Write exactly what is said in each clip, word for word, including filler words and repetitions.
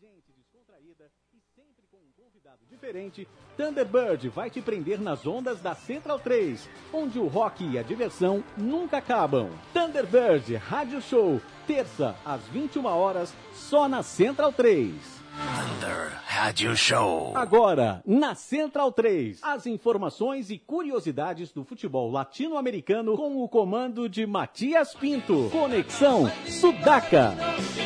inteligente, descontraída e sempre com um convidado diferente, Thunderbird vai te prender nas ondas da Central três, onde o rock e a diversão nunca acabam. Thunderbird Rádio Show, terça às vinte e uma horas, só na Central três. Thunder Rádio Show. Agora, na Central três, as informações e curiosidades do futebol latino-americano com o comando de Matias Pinto. Conexão Sudaca.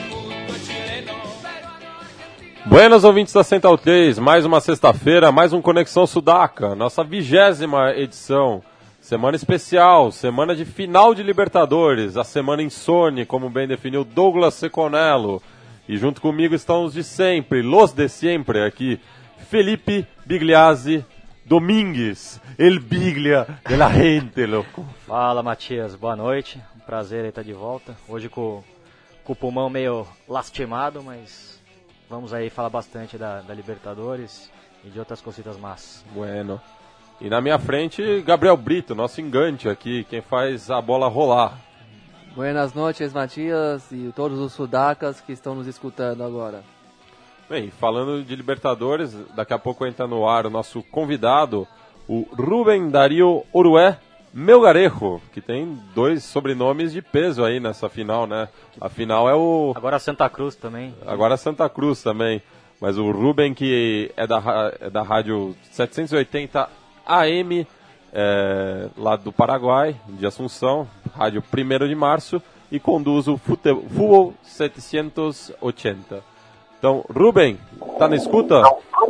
Buenas, ouvintes da Central três, mais uma sexta-feira, mais um Conexão Sudaca, nossa vigésima edição. Semana especial, semana de final de Libertadores, a semana insone, como bem definiu Douglas Seconello. E junto comigo estão os de sempre, los de sempre aqui, Felipe Bigliazzi Domingues, el Biglia de la gente, louco. Fala, Matias, boa noite, um prazer aí estar de volta, hoje com, com o pulmão meio lastimado, mas vamos aí falar bastante da, da Libertadores e de outras cositas más. Bueno, e na minha frente, Gabriel Brito, nosso engante aqui, quem faz a bola rolar. Buenas noches, Matias, e todos os sudacas que estão nos escutando agora. Bem, falando de Libertadores, daqui a pouco entra no ar o nosso convidado, o Rubem Darío Orué Melgarejo, que tem dois sobrenomes de peso aí nessa final, né? A final é o... Agora Santa Cruz também. Agora Santa Cruz também, mas o Rubem, que é da, é da rádio setecentos e oitenta A M, É, lá do Paraguai, de Assunção, rádio primeiro de março, e conduz o Futebol setecentos e oitenta. Então, Rubem, tá na escuta?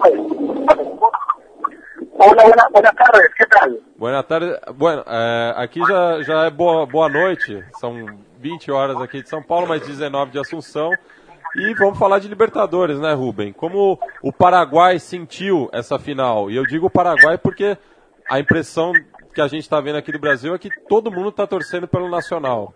Olá, boa tarde, que tal? Boa tarde, bueno, é, aqui já, já é boa, boa noite, são vinte horas aqui de São Paulo, mais dezenove de Assunção, e vamos falar de Libertadores, né, Rubem? Como o Paraguai sentiu essa final? E eu digo Paraguai porque a impressão que a gente está vendo aqui do Brasil é que todo mundo está torcendo pelo Nacional.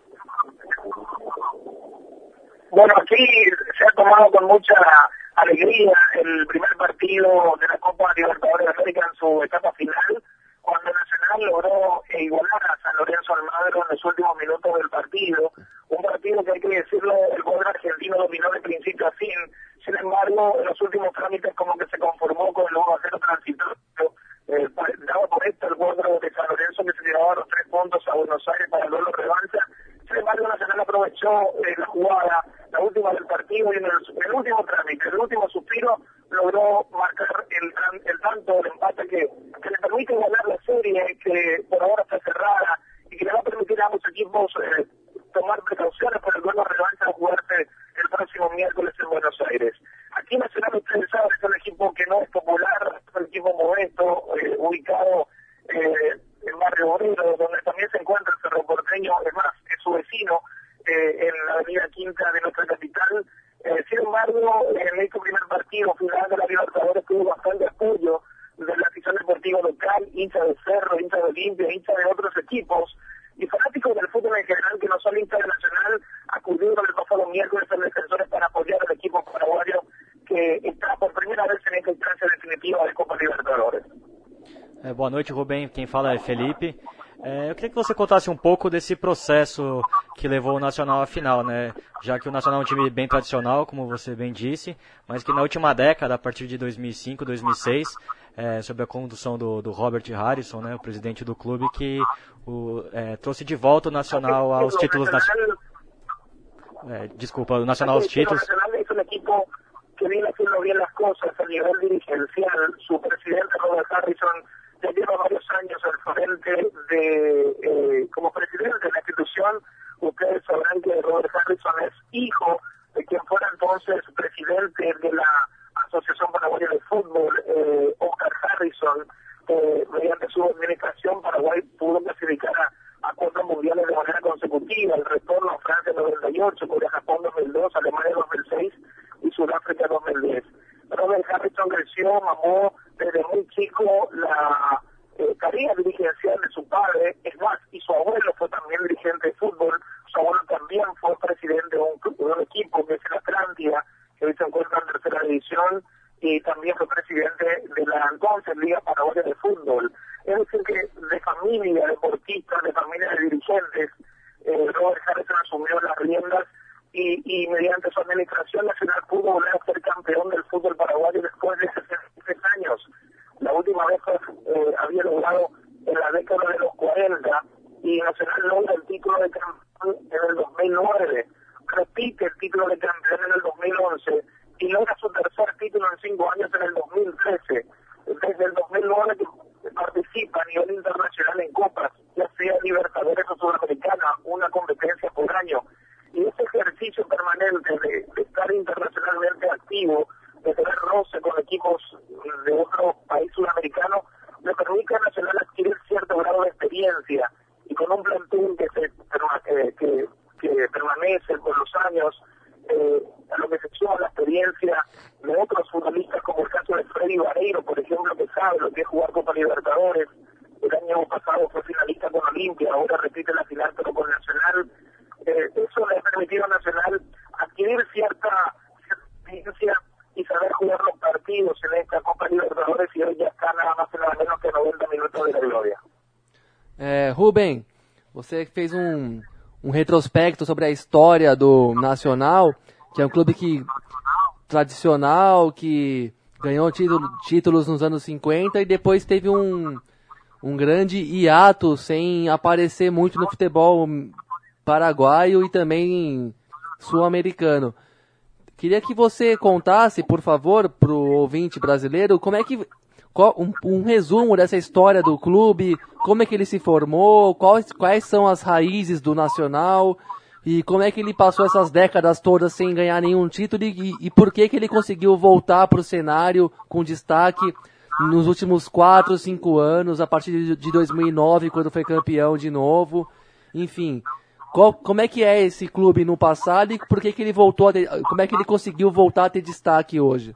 Bueno, aquí se ha tomado con mucha alegría el primer partido de la Copa Libertadores de América en su etapa final, cuando Nacional logró igualar a San Lorenzo Almagro en los últimos minutos del partido. Un partido que hay que decirlo, el cuadro argentino dominó de principio a fin. Sin embargo, en los últimos trámites como que se conformó con el uno a cero transitorio. Eh, daba por esto el cuadro de San Lorenzo que se llevaba los tres puntos a Buenos Aires para el duelo revancha. Sin embargo, Nacional aprovechó eh, la jugada, la última del partido, y en el, en el último trámite, el último suspiro, logró marcar el, el tanto del empate que, que le permite ganar la serie, que por ahora está cerrada, y que le va a permitir a ambos equipos eh, tomar precauciones para el duelo revancha a jugarse el próximo miércoles en Buenos Aires. Aquí Nacional, ustedes saben, es un equipo que no es popular, es un equipo modesto, eh, ubicado eh, en Barrio Obrero, donde también se encuentra el Cerro Porteño, es más, es su vecino, eh, en la avenida Quinta de nuestra capital. Eh, sin embargo, en este primer partido final de la Libertadores tuvo bastante apoyo de la afición deportiva local, hincha de Cerro, hincha de Olimpia, hincha de otros equipos, y fanáticos del fútbol en general que no son hinchas de Nacional, acudieron el pasado miércoles a defensores para apoyar al equipo paraguayo que está por primeira vez en esta instancia definitiva de Copa Libertadores. É, boa noite, Rubem. Quem fala é Felipe. É, eu queria que você contasse um pouco desse processo que levou o Nacional à final, né? Já que o Nacional é um time bem tradicional, como você bem disse, mas que na última década, a partir de dois mil e cinco, dois mil e seis, é, sob a condução do, do Robert Harrison, né, o presidente do clube, que o, é, trouxe de volta o Nacional aos títulos nacionais. É, desculpa, o Nacional aos títulos. Que viene haciendo bien las cosas a nivel dirigencial. Su presidente Robert Harrison ya lleva varios años al frente de, eh, como presidente de la institución. Ustedes sabrán que Robert Harrison es hijo de quien fuera entonces presidente de la Asociación Paraguaya de Fútbol, eh, Oscar Harrison. Eh, mediante su administración, Paraguay pudo clasificar a, a cuatro mundiales de manera consecutiva: el retorno a Francia en noventa y ocho, Corea Japón dos mil dos, Alemania dos mil seis y Sudáfrica dos mil diez. Robert Harrison creció, mamó desde muy chico la eh, carrera dirigencial de su padre. Es más, y su abuelo fue también dirigente de fútbol. Su abuelo también fue presidente de un, club, de un equipo que es el Atlántida, que hoy se encuentra en tercera división, y también fue presidente de la entonces Liga Paraguaya de Fútbol. Es decir, que de familia deportista, de familia de dirigentes, eh, Robert Harrison asumió las riendas y, y mediante su administración Nacional pudo volver a ser campeón fútbol paraguayo después de sesenta y tres años. La última vez eh, había logrado en la década de los cuarenta y Nacional logra el título de campeón en el dos mil nueve, repite el título de campeón en el dos mil once y logra su tercer título en cinco años en el dos mil trece. Desde el dos mil nueve que participa a nivel internacional en copas, ya sea Libertadores o Sudamericana, una competencia por año. Y ese ejercicio permanente de, de estar internacionalmente activo, de tener roce con equipos de otro país sudamericano, le permite a Nacional adquirir cierto grado de experiencia y con un plantel que, se, que, que, que permanece con los años, eh, a lo que se suma la experiencia de otros futbolistas, como el caso de Freddy Vareiro, por ejemplo, que sabe lo que es jugar Copa Libertadores. El año pasado fue finalista con Olimpia, ahora repite la final pero con Nacional. Eh, eso le ha permitido a Nacional adquirir cierta, cierta experiencia y saber jugar los partidos en esta Copa Libertadores, y hoy ya está nada más y nada menos que noventa minutos de la gloria. É, Rubem, você fez um, um retrospecto sobre a história do Nacional, que é um clube que, tradicional, que ganhou título, títulos nos anos cinquenta e depois teve um, um grande hiato sem aparecer muito no futebol paraguaio e também sul-americano. Queria que você contasse, por favor, para o ouvinte brasileiro, como é que qual, um, um resumo dessa história do clube, como é que ele se formou, quais, quais são as raízes do Nacional e como é que ele passou essas décadas todas sem ganhar nenhum título e, e por que que ele conseguiu voltar para o cenário com destaque nos últimos quatro, cinco anos, a partir de dois mil e nove, quando foi campeão de novo. Enfim, qual, como é que é esse clube no passado e por que que ele voltou a ter, como é que ele conseguiu voltar a ter destaque hoje?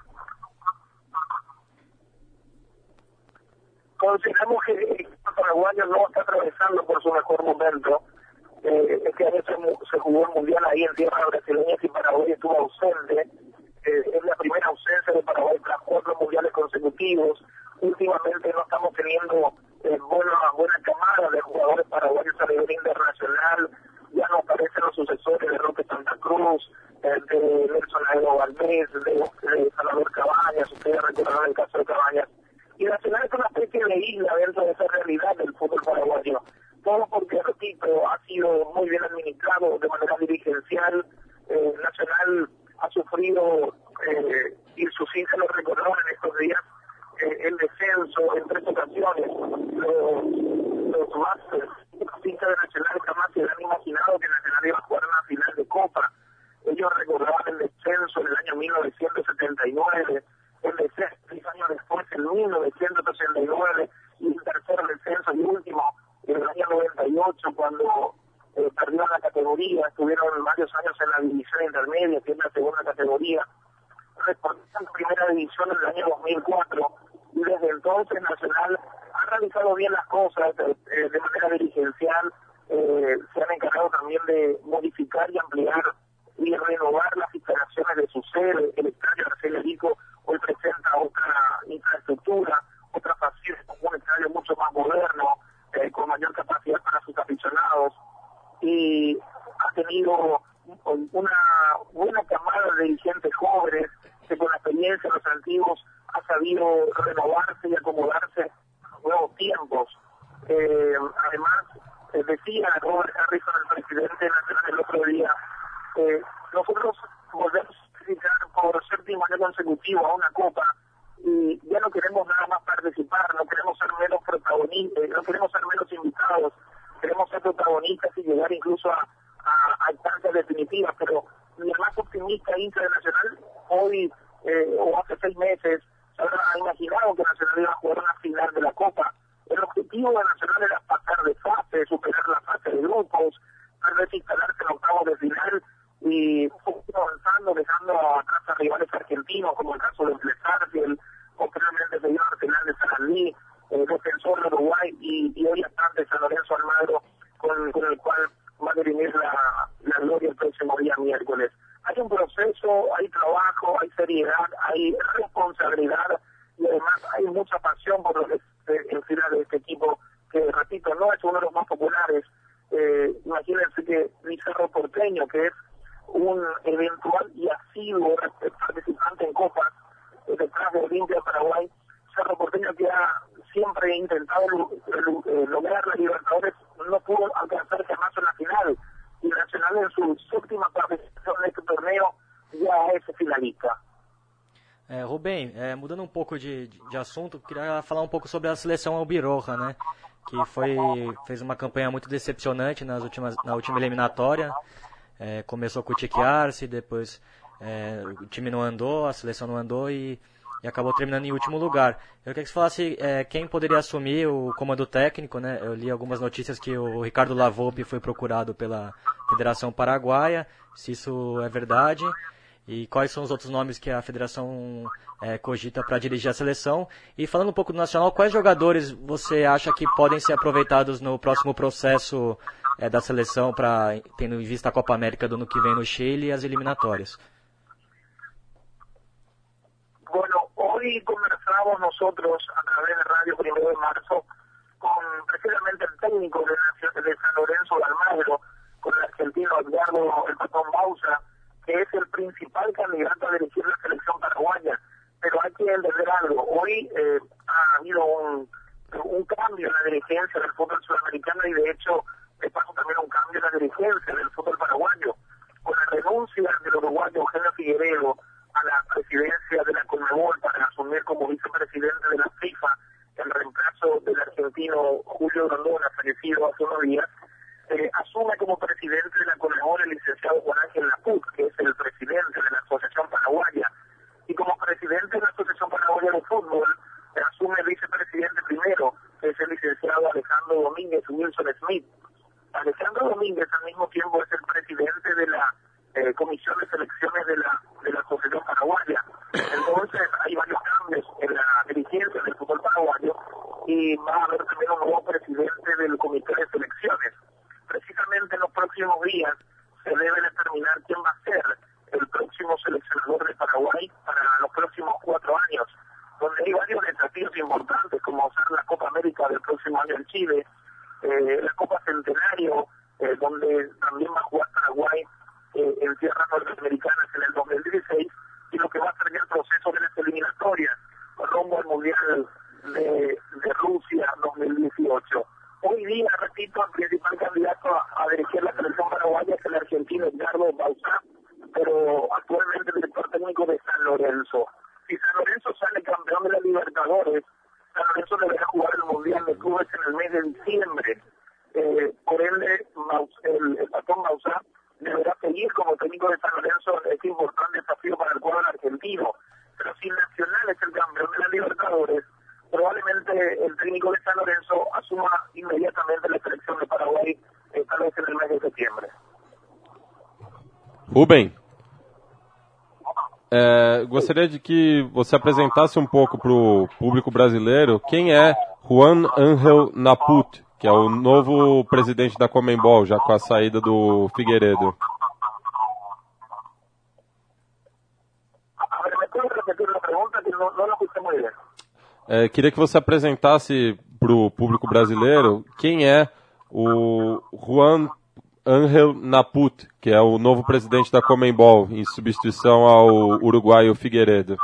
Consideramos que el paraguayo no está atravesando por su mejor momento. Eh, este año se, se jugó el mundial ahí en tierra brasileña y Paraguay estuvo ausente. Eh, es la primera ausencia de Paraguay tras cuatro mundiales consecutivos. Últimamente no estamos teniendo eh, buena, buena camada de jugadores paraguayos a nivel internacional. Ya no aparecen los sucesores de Roque Santa Cruz, eh, de Nelson Aero Valdés, de, de Salvador Cabañas. Ustedes recordarán el caso de Cabañas. Y Nacional es una especie de isla dentro de esa realidad del fútbol paraguayo. Todo porque, repito, ha sido muy bien administrado de manera dirigencial. Eh, Nacional ha sufrido, eh, y sus hinchas lo recordaron en estos días, eh, el descenso en tres ocasiones. Los, los bases, los hinchas de Nacional jamás se han imaginado que Nacional iba a jugar una final de Copa. Ellos recordaban el descenso en el año mil novecientos setenta y nueve, el descenso seis años después en mil novecientos ochenta y nueve, y el tercer descenso y último en el año noventa y ocho, cuando eh, perdieron la categoría, estuvieron varios años en la división intermedia, que es la segunda categoría, reportaron primera división en el año dos mil cuatro, y desde entonces Nacional ha realizado bien las cosas de, de manera dirigencial. Eh, se han encargado también de modificar y ampliar y renovar las instalaciones de su sede. El estadio Arcel Erico hoy presenta otra infraestructura, otra facilidad, un estadio mucho más moderno, eh, con mayor capacidad para sus aficionados, y ha tenido una buena camada de dirigentes jóvenes que con la experiencia de los antiguos ha sabido renovarse y acomodarse a los nuevos tiempos. Eh, además, eh, decía Robert Harrison, el presidente nacional, el otro día, eh, nosotros volvemos a clasificar por séptimo año consecutivo a una copa y ya no queremos nada más participar, no queremos ser menos protagonistas, no queremos ser menos invitados, queremos ser protagonistas y llegar incluso a, a, a instancias definitivas, pero mi más optimista hincha de Nacional hoy eh, o hace seis meses se habrá imaginado que Nacional iba a jugar una final de la Copa. El objetivo de Nacional era pasar de fase, superar la fase de grupos, tal vez instalarse en octavos de final y avanzando, dejando atrás a rivales argentinos, como el caso de Plesarfield, posteriormente se dio al final de Sarandí, eh, defensor de Uruguay, y, y hoy está de San Lorenzo Almagro, con, con el cual va a dirimir la, la gloria el próximo día miércoles. Hay un proceso, hay trabajo, hay seriedad, hay responsabilidad y además hay mucha pasión por lo que es el final de este equipo, que repito, no es uno de los más populares. Eh, imagínense que mi Cerro Porteño, que es un eventual y asiduo participante en copas, finalista. É, Rubem, é, mudando um pouco de, de, de assunto, queria falar um pouco sobre a seleção albirroja, né? Que foi, fez uma campanha muito decepcionante nas últimas, na última eliminatória. É, começou com o Tique Arce, depois é, o time não andou, a seleção não andou e, e acabou terminando em último lugar. Eu queria que você falasse é, quem poderia assumir o comando técnico, né? Eu li algumas notícias que o Ricardo Lavolpe foi procurado pela Federação Paraguaia, se isso é verdade, e quais são os outros nomes que a Federação é, cogita para dirigir a seleção. E falando um pouco do Nacional, quais jogadores você acha que podem ser aproveitados no próximo processo é, da seleção, para tendo em vista a Copa América do ano que vem no Chile e as eliminatórias? Bueno, hoy conversamos nosotros a través de Radio Primero de Marzo con precisamente el técnico de, la, de San Lorenzo de Almagro, con el argentino Edgardo El Patón Bausa, que es el principal candidato a dirigir la selección paraguaya. Pero hay que entender algo, hoy eh, ha habido un, un cambio en la dirigencia del fútbol sudamericano y de hecho de paso también un cambio en la dirigencia del fútbol paraguayo, con la renuncia del uruguayo Eugenio Figueredo a la presidencia de la Conmebol para asumir como vicepresidente de la FIFA en reemplazo del argentino Julio Grondona, fallecido hace unos días. Eh, asume como presidente de la Conmebol el licenciado Juan Ángel Laput, que es el presidente de la Asociación Paraguaya, y como presidente de la Asociación Paraguaya de Fútbol eh, asume el vicepresidente primero, que es el licenciado Alejandro Domínguez Wilson Smith. Alejandro Domínguez al mismo tiempo es el presidente de la eh, Comisión de Selecciones de la, de la Asociación Paraguaya. Entonces hay varios cambios en la dirigencia del fútbol paraguayo y va a haber también un nuevo presidente del Comité de Selecciones. Precisamente en los próximos días se debe determinar quién va a ser el próximo seleccionador de Paraguay para los próximos cuatro años, donde hay varios desafíos importantes como usar la Copa América del próximo año en Chile, eh, la Copa Centenario, eh, donde también va a jugar Paraguay eh, en tierras norteamericanas en el dos mil dieciséis, y lo que va a ser ya el proceso de las eliminatorias rumbo al Mundial de, de Rusia dos mil dieciocho. Hoy día, repito, el principal candidato a, a dirigir la selección paraguaya es el argentino Edgardo Bausa, pero actualmente el director técnico de San Lorenzo. Si San Lorenzo sale campeón de la Libertadores, San Lorenzo deberá jugar el Mundial de Clubes en el mes de diciembre. Eh, por ende, el, el Patón Bausa deberá seguir como técnico de San Lorenzo este importante desafío para el cuadro argentino. Pero si Nacional es el campeón de la Libertadores, probablemente el técnico de San Lorenzo asuma inmediatamente la selección de Paraguay, eh, tal vez en el mes de septiembre. Rubem, é, gostaria de que você apresentasse um pouco para o público brasileiro quem é Juan Ángel Naput, que é o novo presidente da Conmebol, já com a saída do Figueiredo. A ver, ¿me puedes repetir la pregunta? Que no, no la escuché muy bien. É, queria que você apresentasse para o público brasileiro quem é o Juan Ángel Naput, que é o novo presidente da Conmebol, em substituição ao uruguaio Figueiredo.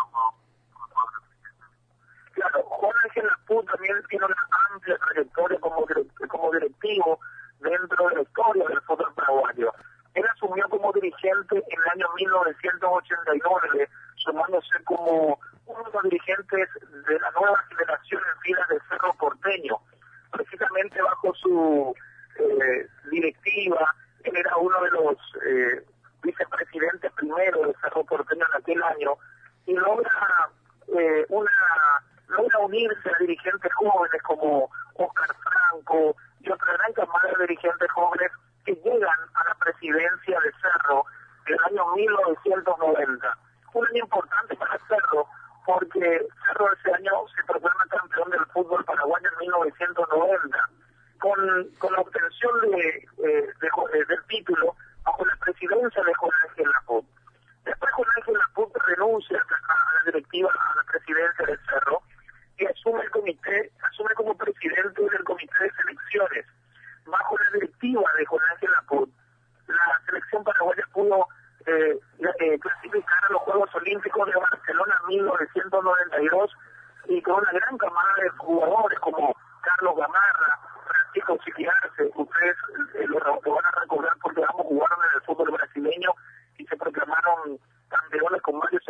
Claro, Juan Ángel Naput también tiene una amplia trayectoria como, como directivo dentro de la historia del fútbol paraguayo. Él asumió como dirigente en el año mil novecientos ochenta y nueve, sumándose como uno de los dirigentes de la nueva generación en filas del Cerro Porteño. Precisamente bajo su eh, directiva, él era uno de los eh, vicepresidentes primero del Cerro Porteño en aquel año, y logra, eh, una, logra unirse a dirigentes jóvenes como Oscar Franco y otra gran camada de dirigentes jóvenes que llegan a la presidencia de Cerro en el año mil novecientos noventa. Un año importante para Cerro, porque Cerro ese año se proclama campeón del fútbol paraguayo en mil novecientos noventa, con, con la obtención de, eh, de, de, del título bajo la presidencia de Juan Ángel Naput. Después Juan Ángel Naput renuncia a, a la directiva, a la presidencia del Cerro, y asume el comité, asume como presidente del comité de selecciones. Bajo la directiva de Juan Ángel Naput, la selección paraguaya pudo eh, eh, clasificar a los Juegos Olímpicos de Barcelona en mil novecientos noventa y dos, y con una gran camada de jugadores como Carlos Gamarra, Francisco Chiquiarce. Ustedes eh, lo, lo van a recordar porque ambos jugaron en el fútbol brasileño y se proclamaron campeones con varios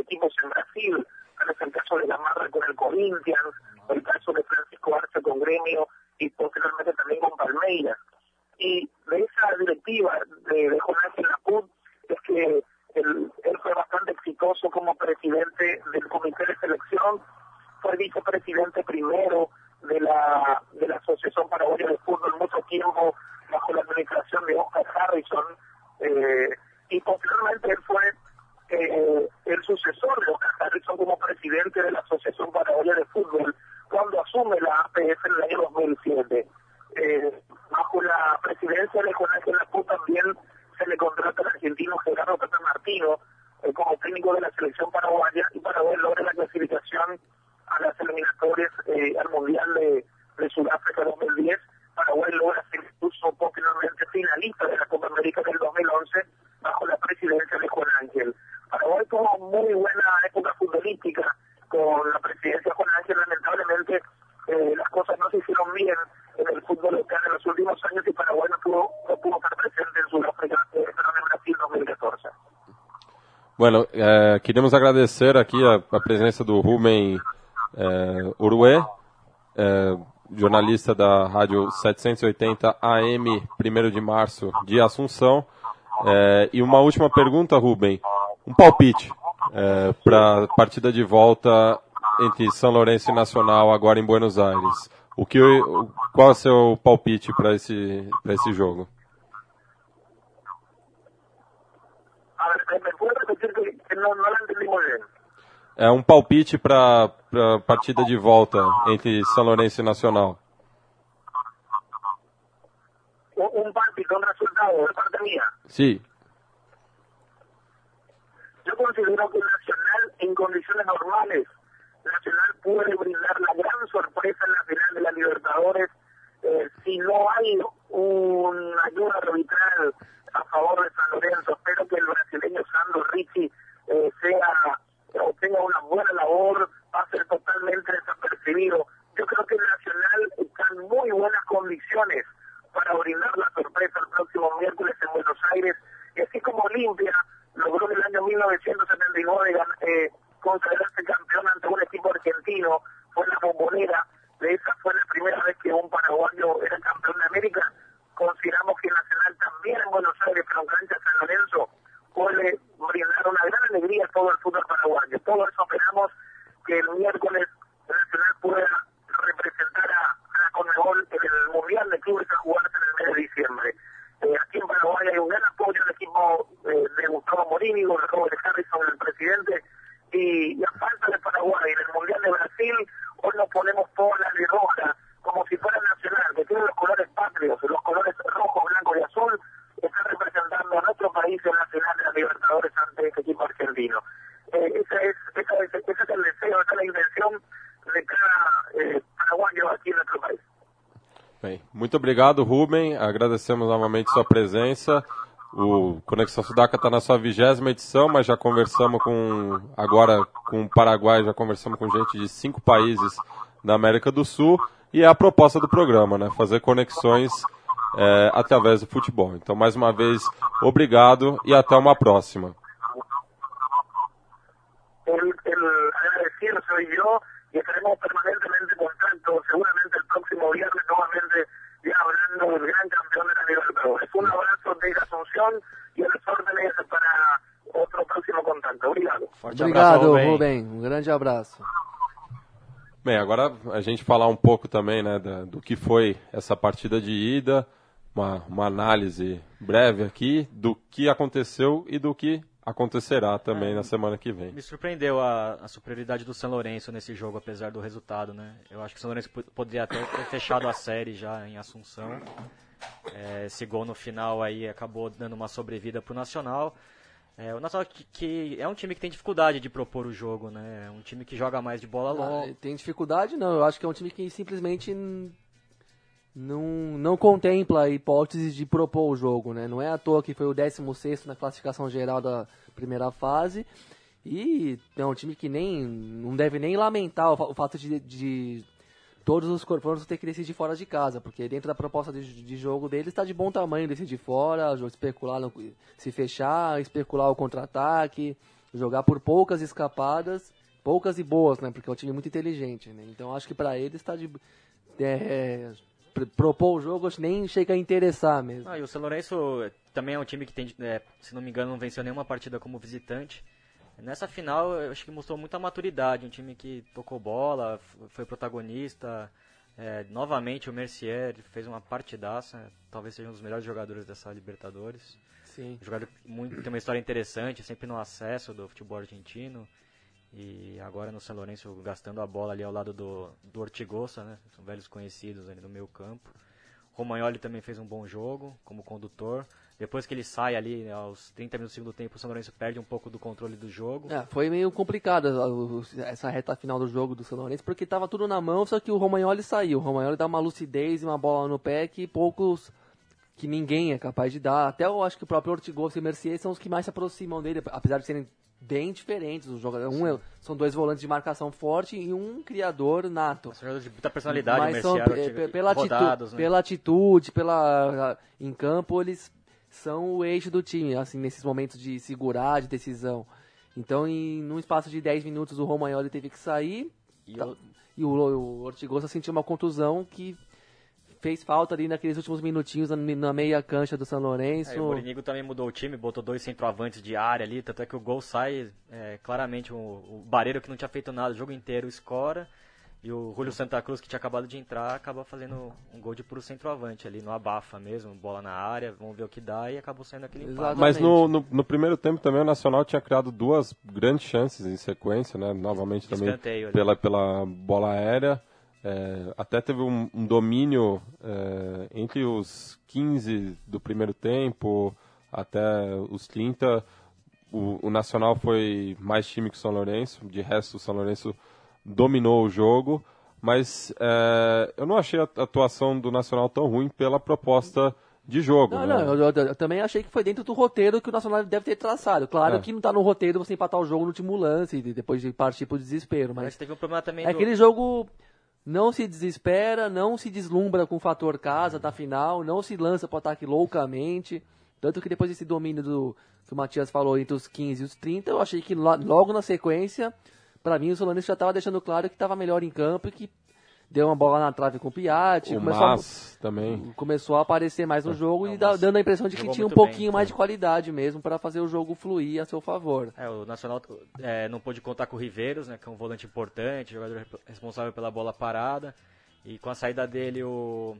presidente del comité de selección, fue vicepresidente primero de la, de la Asociación Paraguaya de Fútbol mucho tiempo bajo la administración de Oscar Harrison, eh, y posteriormente él fue eh, el sucesor de Oscar Harrison como presidente de la Asociación Paraguaya de Fútbol cuando asume la A P F en el año dos mil siete. Eh, bajo la presidencia de Juan Ángel Lacú también se le contrata al argentino Gerardo Pepe Martino eh, como técnico de la selección paraguaya, y Paraguay logra la clasificación a las eliminatorias eh, al Mundial de, de Sudáfrica dos mil diez. Paraguay logra ser incluso posteriormente finalista de la Copa América del dos mil once bajo la presidencia de Juan Ángel. Paraguay tuvo muy buena época futbolística con la presidencia de Juan Ángel. Lamentablemente eh, las cosas no se hicieron bien en el fútbol local en los últimos años y Paraguay no pudo, no pudo estar presente en Sudáfrica, eh, perdón, en Brasil dos mil catorce. Bueno, eh, queremos agradecer aqui a, a presença do Rubem eh, Uruê, eh, jornalista da Rádio setecentos e oitenta A M, primeiro de março, de Assunção. Eh, e uma última pergunta, Rubem, um palpite eh, para a partida de volta entre São Lourenço e Nacional agora em Buenos Aires. O que, qual é o seu palpite para esse, para esse jogo? É um palpite para a partida de volta entre São Lourenço e Nacional. Un palpito, un resultado de parte mía. Sí. Yo considero que Nacional, en condiciones normales, Nacional puede brindar la gran sorpresa en la final de la Libertadores eh, si no hay una ayuda arbitral a favor de San Lorenzo. Espero que el brasileño Sandro Ricci eh, sea o tenga una buena labor, va a ser totalmente desapercibido. Yo creo que Nacional está en muy buenas condiciones para brindar la sorpresa el próximo miércoles en Buenos Aires, y así como Olimpia logró en el año mil novecientos setenta y nueve eh, consagrarse campeón ante un equipo argentino, fue la Bombonera. De esa fue la primera vez que un paraguayo era campeón de América. Consideramos que Nacional también en Buenos Aires, pero en cancha San Lorenzo, puede brindar una gran alegría a todo el fútbol paraguayo. Todo eso esperamos que el miércoles Nacional pueda representar a, a la Conmebol en el Mundial de Clubes a jugarse en el mes de diciembre. Eh, aquí en Paraguay hay un gran apoyo al equipo eh, de Gustavo Morini, con Robert Harrison, el presidente, y, y a falta de Paraguay en el Mundial de Brasil, hoy nos ponemos toda la de roja, como si fuera Nacional, que tiene los colores patrios, los colores rojo, blanco y azul, está representando a nuestro país en la final de la Libertadores ante este equipo argentino. Eh, ese, es, ese, es, ese es el deseo, esa es la intención de cada eh, paraguayo aqui em nosso país. Bem, muito obrigado, Rubem. Agradecemos novamente sua presença. O Conexão Sudaca está na sua vigésima edição, mas já conversamos com, agora com o Paraguai, já conversamos com gente de cinco países da América do Sul, e é a proposta do programa, né? Fazer conexões é, através do futebol. Então, mais uma vez, obrigado e até uma próxima. El, el agradecido soy yo. Y estaremos permanentemente en contacto, seguramente el próximo viernes nuevamente ya hablando del gran campeón de la Libertadores. Un abrazo desde Asunción y a las órdenes para otro próximo contacto. Obrigado. Forte Obrigado, abraço, Rubem. Um grande abraço. Bem, agora a gente falar um pouco também, né, da, do que foi essa partida de ida, uma, uma análise breve aqui do que aconteceu e do que acontecerá também é, na semana que vem. Me surpreendeu a, a superioridade do São Lourenço nesse jogo, apesar do resultado, né? Eu acho que o São Lourenço poderia até ter fechado a série já em Assunção. É, esse gol no final aí acabou dando uma sobrevida pro Nacional. É, o Nacional que, que é um time que tem dificuldade de propor o jogo, né? É um time que joga mais de bola longa. Tem dificuldade não, eu acho que é um time que simplesmente não, não contempla a hipótese de propor o jogo, né? Não é à toa que foi o décimo sexto na classificação geral da primeira fase, e é um time que nem não deve nem lamentar o, o fato de, de todos os corpos ter que decidir fora de casa, porque dentro da proposta de, de jogo deles está de bom tamanho decidir fora, especular, no, se fechar, especular o contra-ataque, jogar por poucas escapadas, poucas e boas, né? Porque é um time muito inteligente, né? Então acho que para eles está de é, propor o jogo, acho que nem chega a interessar mesmo. Ah, e o São Lourenço também é um time que tem, é, se não me engano, não venceu nenhuma partida como visitante. Nessa final, eu acho que mostrou muita maturidade, um time que tocou bola, foi protagonista. É, novamente o Mercier fez uma partidaça, talvez seja um dos melhores jogadores dessa Libertadores. Sim. Um jogador muito, tem uma história interessante, sempre no acesso do futebol argentino. E agora no São Lourenço gastando a bola ali ao lado do, do Ortigosa, né? São velhos conhecidos ali no meio campo. Romagnoli também fez um bom jogo como condutor. Depois que ele sai ali, né, aos trinta minutos do segundo tempo, o São Lourenço perde um pouco do controle do jogo. É, foi meio complicado essa reta final do jogo do São Lourenço, porque estava tudo na mão, só que o Romagnoli saiu. O Romagnoli dá uma lucidez e uma bola no pé que poucos, que ninguém é capaz de dar. Até eu acho que o próprio Ortigosa e Mercier são os que mais se aproximam dele, apesar de serem bem diferentes. Os jogadores, um é, são dois volantes de marcação forte e um criador nato. São jogadores de muita personalidade, mas Mercier, são, Ortigosa, pela, rodados, atitude, né? pela atitude, pela, em campo, eles são o eixo do time, assim, nesses momentos de segurar, de decisão. Então, em num espaço de dez minutos, o Romagnoli teve que sair E tá, o- e o, o Ortigosa sentiu uma contusão que fez falta ali naqueles últimos minutinhos na, na meia cancha do São Lourenço. É, o Morinigo também mudou o time, botou dois centroavantes de área ali, tanto é que o gol sai, é, claramente o, o Barreiro, que não tinha feito nada o jogo inteiro, escora, e o Julio Santa Cruz, que tinha acabado de entrar, acaba fazendo um gol de puro centroavante ali, no abafa mesmo, bola na área, vamos ver o que dá, e acabou saindo aquele empate. Exato. Mas no, no, no primeiro tempo também o Nacional tinha criado duas grandes chances em sequência, né? Novamente também Escanteio ali. pela, pela bola aérea. É, até teve um, um domínio é, entre os quinze do primeiro tempo até os trinta. O, o Nacional foi mais time que o São Lourenço, de resto o São Lourenço dominou o jogo, mas é, eu não achei a atuação do Nacional tão ruim pela proposta de jogo. Não, né? não, eu, eu- eu também achei que foi dentro do roteiro que o Nacional deve ter traçado. Claro É. que não tá no roteiro você empatar o jogo no último lance, e depois de partir pro desespero, Mas mas teve um problema também é do... aquele jogo não se desespera, não se deslumbra com o fator casa da final, não se lança pro ataque loucamente. Tanto que depois desse domínio do que o Matias falou entre os quinze e os trinta, eu achei que lo- logo na sequência, pra mim o São Lourenço já tava deixando claro que tava melhor em campo e que deu uma bola na trave com o Piatti, O começou, a, Mas também. começou a aparecer mais no jogo Não, e dá- mas dando a impressão de que jogou tinha um muito bem, pouquinho tá. mais de qualidade mesmo para fazer o jogo fluir a seu favor. É, o Nacional é, não pôde contar com o Riveiros, né, que é um volante importante, jogador rep- responsável pela bola parada. E com a saída dele, o,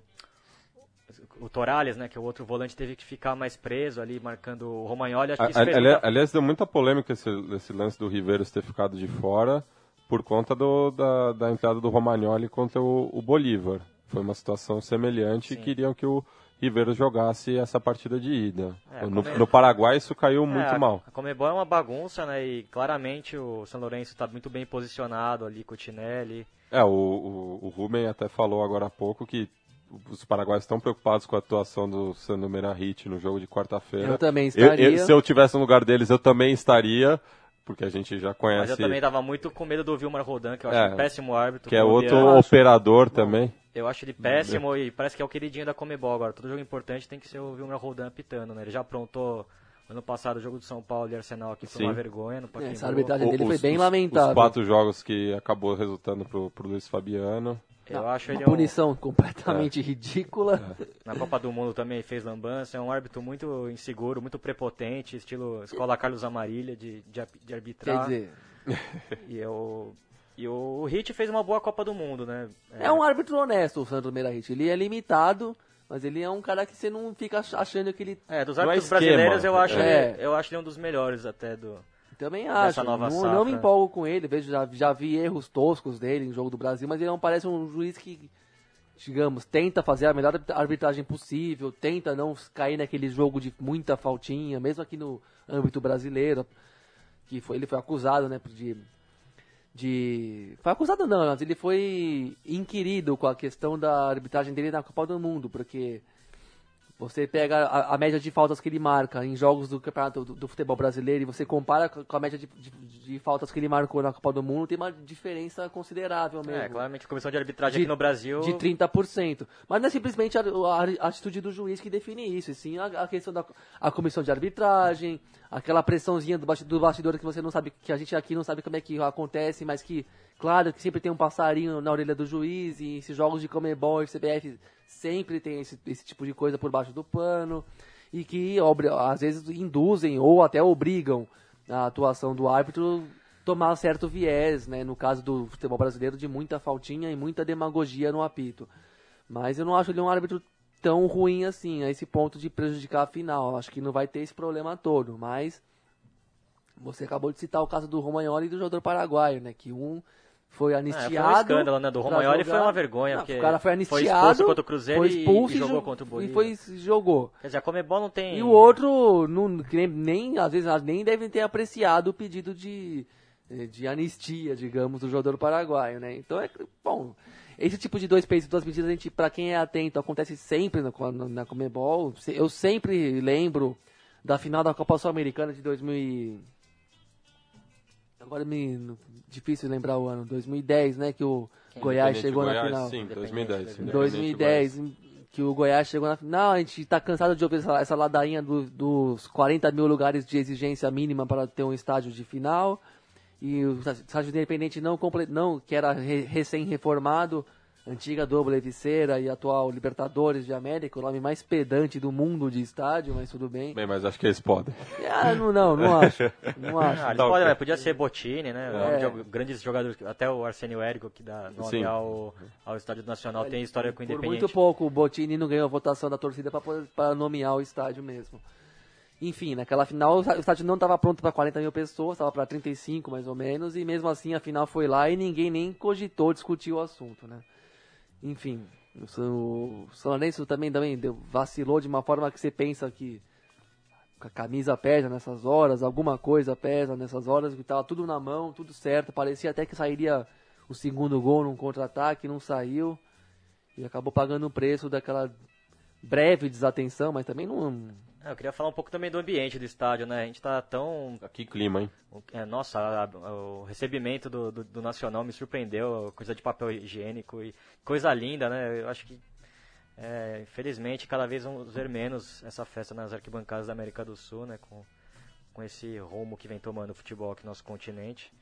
o Torales, né, que é o outro volante, teve que ficar mais preso ali, marcando o Romagnoli. Acho que isso A- fez ali- muita- Aliás, deu muita polêmica esse, esse lance do Riveiros ter ficado de fora por conta do- da, da entrada do Romagnoli contra o, o Bolívar. Foi uma situação semelhante e Sim. queriam que o Riveiros jogasse essa partida de ida. É, no, como é- no Paraguai isso caiu muito É, a- mal. A Conmebol é uma bagunça, né, e claramente o São Lourenço está muito bem posicionado ali com o Tinelli. É, o, o, o Rubem até falou agora há pouco que os paraguaios estão preocupados com a atuação do Sandro Meirahit no jogo de quarta-feira. Eu também Eu- eu- estaria. se eu tivesse no lugar deles, eu também estaria, porque a gente já conhece... Mas eu também tava muito com medo do Vilmar Rodan, que eu acho É, um péssimo árbitro. que é outro colombiano. operador também. Eu acho ele péssimo e parece que é o queridinho da Conmebol agora. Todo jogo importante tem que ser o Vilmar Rodan apitando, né? Ele já aprontou ano passado o jogo do São Paulo e Arsenal, que foi Sim. uma vergonha no Pacaembu. Essa arbitragem dele O- foi os- bem os- lamentável. Os quatro jogos que acabou resultando pro, pro Luiz Fabiano. Eu acho Uma ele um, punição completamente ridícula. na Copa do Mundo também fez lambança. É um árbitro muito inseguro, muito prepotente, estilo escola Carlos Amarilha de, de, ap- de Quer arbitrar. dizer, E, eu, e o Hit fez uma boa Copa do Mundo, né? é um árbitro honesto o Sandro Meirahit. Ele é limitado, mas ele é um cara que você não fica ach- achando que ele... É, dos Não é árbitros esquema. brasileiros eu acho, É. ele, eu acho ele um dos melhores até do... Também Dessa acho. nova Não, safra. não me empolgo com ele. Vejo, já, já vi erros toscos dele em jogo do Brasil, mas ele não parece um juiz que, digamos, tenta fazer a melhor arbitragem possível, tenta não cair naquele jogo de muita faltinha, mesmo aqui no âmbito brasileiro, que foi, ele foi acusado, né, de... de foi acusado não, mas ele foi inquirido com a questão da arbitragem dele na Copa do Mundo, porque você pega a, a média de faltas que ele marca em jogos do campeonato do, do futebol brasileiro e você compara com com a média de, de, de faltas que ele marcou na Copa do Mundo, tem uma diferença considerável mesmo. É, claramente a comissão de arbitragem De- aqui no Brasil... De trinta por cento. Mas não é simplesmente a, a- a atitude do juiz que define isso, e sim a, a questão da a comissão de arbitragem, aquela pressãozinha do, basti- do bastidor que você não sabe, que a gente aqui não sabe como é que acontece, mas que, claro, que sempre tem um passarinho na orelha do juiz, e esses jogos de Conmebol e C B F sempre tem esse, esse tipo de coisa por baixo do pano, e que, obri- às vezes, induzem ou até obrigam a atuação do árbitro tomar certo viés, né, no caso do futebol brasileiro, de muita faltinha e muita demagogia no apito. Mas eu não acho ele um árbitro tão ruim assim, a esse ponto de prejudicar a final. Acho que não vai ter esse problema todo, mas você acabou de citar o caso do Romagnoli e do jogador paraguaio, né, que um foi anistiado. É, foi um escândalo, né, do Romagnoli foi uma vergonha, não, porque o cara foi anistiado, foi expulso contra o Cruzeiro foi expulso e, e jogou jo- contra o Bolívia. E foi, jogou. Quer dizer, a Comebol não tem... E o outro, não, que nem, nem, às vezes, nem devem ter apreciado o pedido de, de anistia, digamos, do jogador paraguaio, né? Então, é bom, esse tipo de dois pesos e duas medidas, a gente, pra quem é atento, acontece sempre na, na, na Comebol. Eu sempre lembro da final da Copa Sul-Americana de dois mil e... Agora me difícil lembrar o ano, dois mil e dez, né, que o Goiás chegou Goiás, na final. Sim, dois mil e dez. Em dois mil e dez, que o Goiás chegou na final, a gente tá cansado de ouvir essa, essa ladainha do, dos quarenta mil lugares de exigência mínima para ter um estádio de final, e o estádio independente não, comple, não que era re, recém-reformado, antiga Doble Viceira e atual Libertadores de América, o nome mais pedante do mundo de estádio, mas tudo bem. Bem, mas acho que eles podem. Ah, não, não, não acho. Não acho. Ah, eles Tá, podem, ok. né, podia ser Bottini, né? É. de- Grandes jogadores, até o Arsênio Érico, que dá nome Sim. ao, ao Estádio Nacional, tem história com o Por Independiente. muito pouco o Bottini não ganhou a votação da torcida para nomear o estádio mesmo. Enfim, naquela final o estádio não estava pronto para quarenta mil pessoas, estava para trinta e cinco mais ou menos, e mesmo assim a final foi lá e ninguém nem cogitou discutir o assunto, né? Enfim, o São, o São Lourenço também, também deu, vacilou de uma forma que você pensa que a camisa pesa nessas horas, alguma coisa pesa nessas horas, que estava tudo na mão, tudo certo, parecia até que sairia o segundo gol num contra-ataque, não saiu, e acabou pagando o preço daquela breve desatenção, mas também não... É, eu queria falar um pouco também do ambiente do estádio, né? A gente tá tão... Que clima, hein? É, nossa, a- a- o recebimento do, do, do Nacional me surpreendeu, coisa de papel higiênico e coisa linda, né? Eu acho que, é, infelizmente, cada vez vamos ver menos essa festa nas arquibancadas da América do Sul, né? Com, com esse rumo que vem tomando o futebol aqui no nosso continente.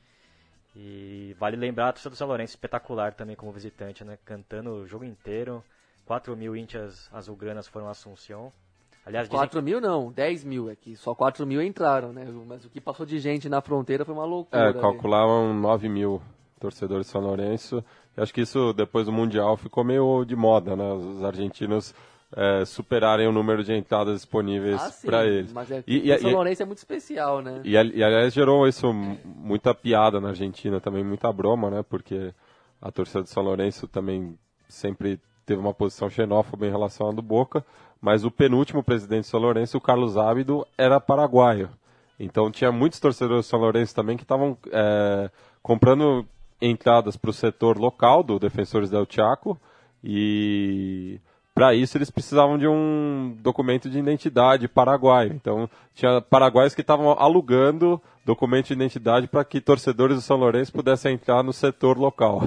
E vale lembrar a torcida do São Lourenço, espetacular também como visitante, né? Cantando o jogo inteiro. quatro mil índias azulgranas foram a Assunção. Aliás, dizem quatro mil não, dez mil é que só quatro mil entraram, né? Mas o que passou de gente na fronteira foi uma loucura. É, né? calculavam nove mil torcedores de São Lourenço. Eu acho que isso, depois do Mundial, ficou meio de moda, né? Os argentinos é, superarem o número de entradas disponíveis Ah, sim, para eles. mas é, E- o e- São e- Lourenço é muito especial, né? E, ali- e, aliás, gerou isso m- muita piada na Argentina também, muita broma, né? Porque a torcida de São Lourenço também sempre teve uma posição xenófoba em relação à do Boca, mas o penúltimo presidente de São Lourenço, o Carlos Ábido, era paraguaio. Então tinha muitos torcedores de São Lourenço também que estavam é, comprando entradas para o setor local do Defensores del Chaco, e para isso eles precisavam de um documento de identidade paraguaio. Então tinha paraguaios que estavam alugando documento de identidade para que torcedores do São Lourenço pudessem entrar no setor local.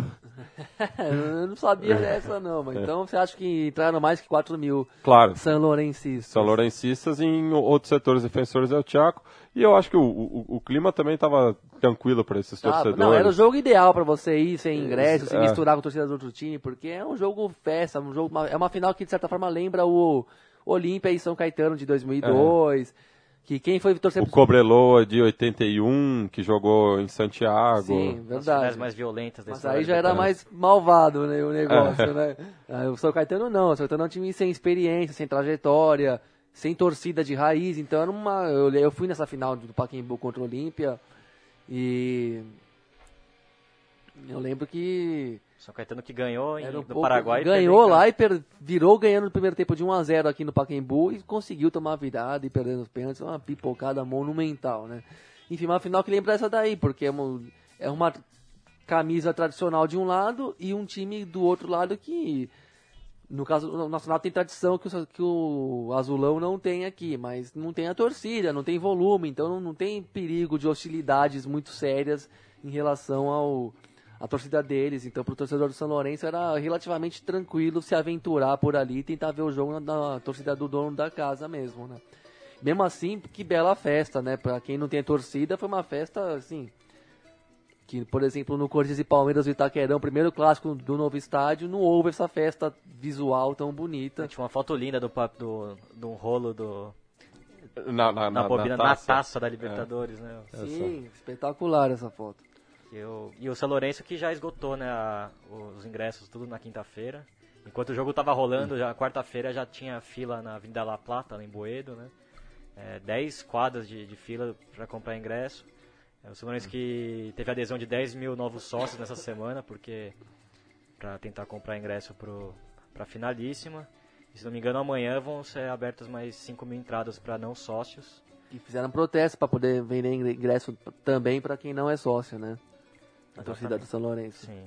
Eu não sabia dessa não, mas então você acha que entraram mais que quatro mil Claro, São Lourencistas? São Lourencistas e em outros setores Defensores del Chaco. E eu acho que o, o, o clima também estava tranquilo para esses Ah, torcedores. não, era o jogo ideal pra você ir sem ingresso, se é. misturar com a torcida do outro time, porque é um jogo festa, um jogo, uma- é uma final que de certa forma lembra o Olímpia e São Caetano de dois mil e dois, que quem foi torcer O Cobreloa de oitenta e um, que jogou em Santiago. Sim, as finais verdade. mais violentas da Mas história aí do já era campeonato. mais malvado, né, o negócio, né? Ah, o São Caetano não, o São Caetano é um time sem experiência, sem trajetória, sem torcida de raiz, então era uma... Eu, eu fui nessa final do Pacaembu contra o Olímpia e... Eu lembro que... São Caetano que ganhou em, Era um do pouco- Paraguai. e ganhou perdeu em lá e per- virou ganhando no primeiro tempo de um a zero aqui no Pacaembu e conseguiu tomar a virada e perdendo os pênaltis, uma pipocada monumental, né? Enfim, uma final que lembra essa daí, porque é uma, é uma camisa tradicional de um lado e um time do outro lado que, no caso, o Nacional tem tradição que o, que o Azulão não tem aqui, mas não tem a torcida, não tem volume, então não, não tem perigo de hostilidades muito sérias em relação ao a torcida deles. Então, para o torcedor do São Lourenço era relativamente tranquilo se aventurar por ali e tentar ver o jogo na, na torcida do dono da casa mesmo, né? Mesmo assim, que bela festa, né? Para quem não tem torcida, foi uma festa, assim, que, por exemplo, no Corinthians e Palmeiras do Itaquerão, primeiro clássico do novo estádio, não houve essa festa visual tão bonita. Tinha uma foto linda do, pa- do, do rolo do... na, na, na, na, bobina, na, na taça. taça da Libertadores, é. né? Sim, espetacular essa foto. E, eu, e o São Lourenço que já esgotou, né, a, os ingressos tudo na quinta-feira. Enquanto o jogo estava rolando, já quarta-feira já tinha fila na Avenida La Plata, lá em Boedo, né? É, dez quadras de, de fila para comprar ingresso. É, o São Lourenço que teve adesão de dez mil novos sócios nessa semana, porque para tentar comprar ingresso para a finalíssima. E, se não me engano, amanhã vão ser abertas mais cinco mil entradas para não sócios. E fizeram protesto para poder vender ingresso também para quem não é sócio, né? A torcida do São Lourenço. Sim.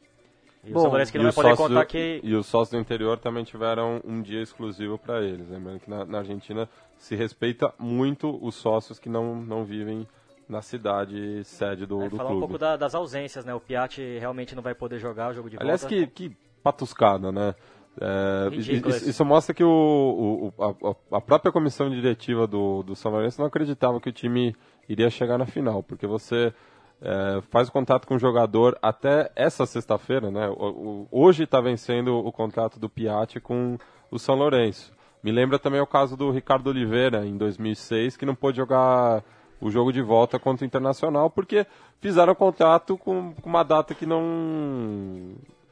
E Bom, o São Lourenço que não vai poder contar do, que... E os sócios do interior também tiveram um dia exclusivo para eles. Lembrando que na, na Argentina se respeita muito os sócios que não, não vivem na cidade sede do, é, do falar clube. um pouco da, das ausências, né? O Piatti realmente não vai poder jogar o jogo de Aliás, volta. que, que patuscada, né? É, Ridículo isso, isso mostra que o, o, a, a própria comissão diretiva do, do São Lourenço não acreditava que o time iria chegar na final, porque você é, faz o contato com o jogador até essa sexta-feira, né? O, o, hoje está vencendo o contrato do Piatti com o São Lourenço. Me lembra também o caso do Ricardo Oliveira, em dois mil e seis, que não pôde jogar o jogo de volta contra o Internacional, porque fizeram contato com, com uma data que não...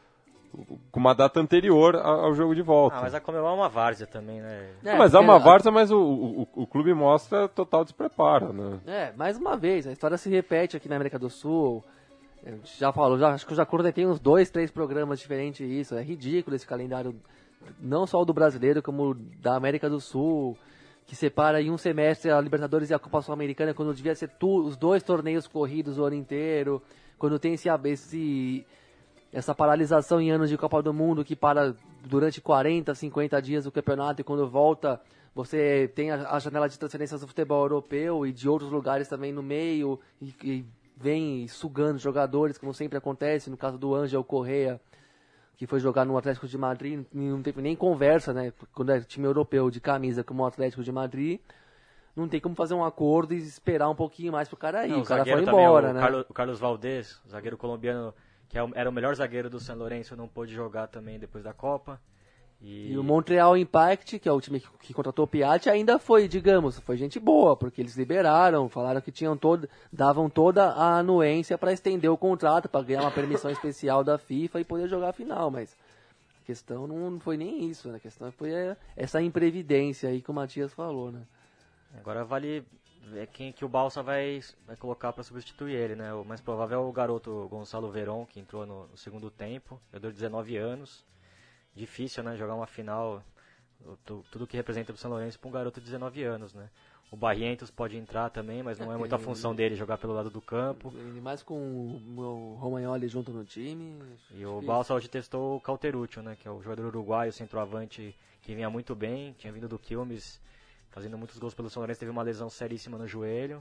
com uma data anterior ao jogo de volta. Ah, mas a Comebol é uma várzea também, né? É, não, mas é uma porque- várzea, mas o, o, o clube mostra total despreparo, né? É, mais uma vez, a história se repete aqui na América do Sul. Eu já falo, já, acho que eu já coordenei uns dois, três programas diferentes isso. É ridículo esse calendário, não só o do brasileiro, como o da América do Sul, que separa em um semestre a Libertadores e a Copa Sul-Americana, quando devia ser tu, os dois torneios corridos o ano inteiro, quando tem esse, esse, essa paralisação em anos de Copa do Mundo, que para durante quarenta, cinquenta dias o campeonato, e quando volta você tem a, a janela de transferências do futebol europeu e de outros lugares também no meio, e, e vem sugando jogadores, como sempre acontece, no caso do Ángel Correa, que foi jogar no Atlético de Madrid, não teve nem conversa, né? Quando é time europeu de camisa como o Atlético de Madrid, não tem como fazer um acordo e esperar um pouquinho mais pro cara ir. Não, o cara foi zagueiro também, embora, o né? Carlos, o Carlos Valdés, zagueiro colombiano, que é o- era o melhor zagueiro do São Lourenço, não pôde jogar também depois da Copa. E, E o Montreal Impact, que é o time que, que contratou o Piatti, ainda foi, digamos, foi gente boa, porque eles liberaram, falaram que tinham todo, davam toda a anuência para estender o contrato, para ganhar uma permissão especial da FIFA e poder jogar a final, mas a questão não, não foi nem isso, né? A questão foi é, essa imprevidência aí que o Matias falou, né? agora vale ver quem que o Balsa vai, vai colocar para substituir ele, né? O mais provável é o garoto Gonçalo Verón, que entrou no, no segundo tempo, jogador de dezenove anos. Difícil, né? Jogar uma final, tu- tudo que representa o São Lourenço para um garoto de dezenove anos, né? O Barrientos pode entrar também, mas não é muita função dele jogar pelo lado do campo. Ele mais com o, o Romagnoli junto no time. E o difícil. Balsa hoje testou o Cauteruccio, né? Que é o jogador uruguaio, centroavante, que vinha muito bem, tinha vindo do Quilmes, fazendo muitos gols pelo São Lourenço, teve uma lesão seríssima no joelho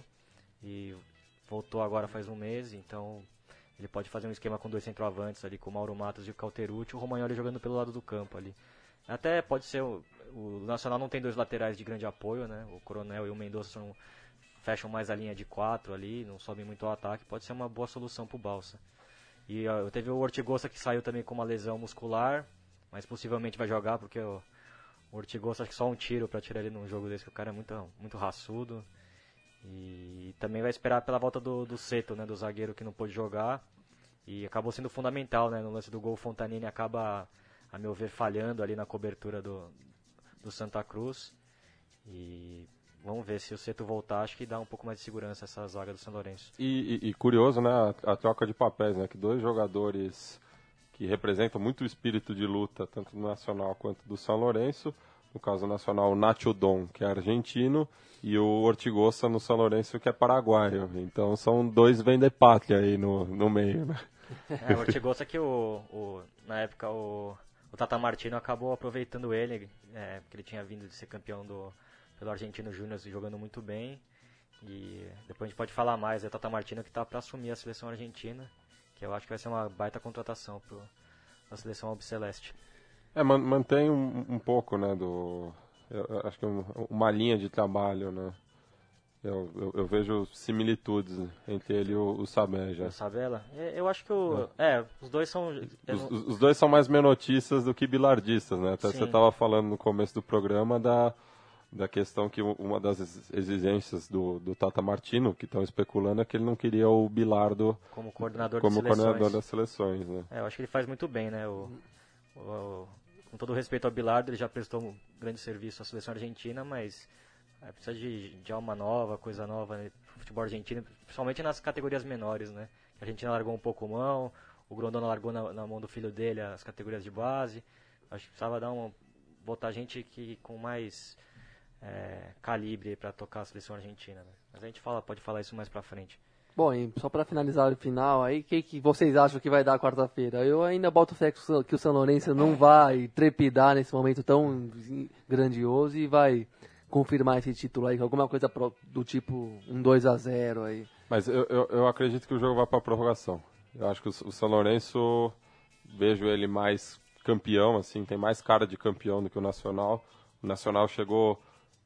e voltou agora faz um mês, então ele pode fazer um esquema com dois centroavantes ali, com o Mauro Matos e o Cauteruccio, o Romagnoli jogando pelo lado do campo ali. Até pode ser, o, o Nacional não tem dois laterais de grande apoio, né? O Coronel e o Mendonça são, fecham mais a linha de quatro ali, não sobem muito ao ataque, pode ser uma boa solução pro Balsa. E ó, teve o Ortigosa que saiu também com uma lesão muscular, mas possivelmente vai jogar porque o, o Ortigosa acho que só um tiro para tirar ele num jogo desse, que o cara é muito, muito raçudo. E também vai esperar pela volta do, do Seto, né, do zagueiro que não pôde jogar. E acabou sendo fundamental, né, no lance do gol. O Fontanini acaba, a meu ver, falhando ali na cobertura do, do Santa Cruz. E vamos ver se o Seto voltar, acho que dá um pouco mais de segurança essa zaga do São Lourenço. E, e- e curioso, né, a, a troca de papéis, né, que dois jogadores que representam muito o espírito de luta, tanto do Nacional quanto do São Lourenço, no caso do Nacional, o Nacho Dom, que é argentino, e o Ortigosa no São Lourenço, que é paraguaio. Então são dois vende-pátria aí no, no meio, né? É, o Ortigosa que o, o, na época o, o Tata Martino acabou aproveitando ele, é, porque ele tinha vindo de ser campeão do, pelo Argentino Júnior jogando muito bem. E depois a gente pode falar mais, é o Tata Martino que está para assumir a seleção argentina, que eu acho que vai ser uma baita contratação para a seleção albiceleste. É, man- mantém um, um pouco, né, do... eu- eu acho que um- uma linha de trabalho, né? Eu, eu, eu vejo similitudes entre ele e o, o Sabé já. O Sabella? É, eu acho que o. É, os dois são. eu Os, não- os- os dois são mais menotistas do que bilardistas, né? Até Sim. você estava falando no começo do programa da, da questão que uma das exigências do, do Tata Martino, que estão especulando, é que ele não queria o Bilardo como coordenador, como de seleções. coordenador das seleções. Né? É, eu acho que ele faz muito bem, né? O, o, o, com todo o respeito ao Bilardo, ele já prestou um grande serviço à seleção argentina, mas é, precisa de, de alma nova, coisa nova, né? Futebol argentino, principalmente nas categorias menores, né? A Argentina largou um pouco mão, o Grondona largou na, na mão do filho dele as categorias de base. Acho que precisava dar um, botar gente que, com mais é, calibre para tocar a seleção argentina. Né? Mas a gente fala, pode falar isso mais pra frente. Bom, e só para finalizar o final, aí, o que, que vocês acham que vai dar quarta-feira? Eu ainda boto fé que o São Lourenço não vai trepidar nesse momento tão grandioso e vai confirmar esse título aí, alguma coisa pro, do tipo um dois a zero aí. Mas eu, eu, eu acredito que o jogo vai para prorrogação. Eu acho que o, o São Lourenço, vejo ele mais campeão, assim, tem mais cara de campeão do que o Nacional. O Nacional chegou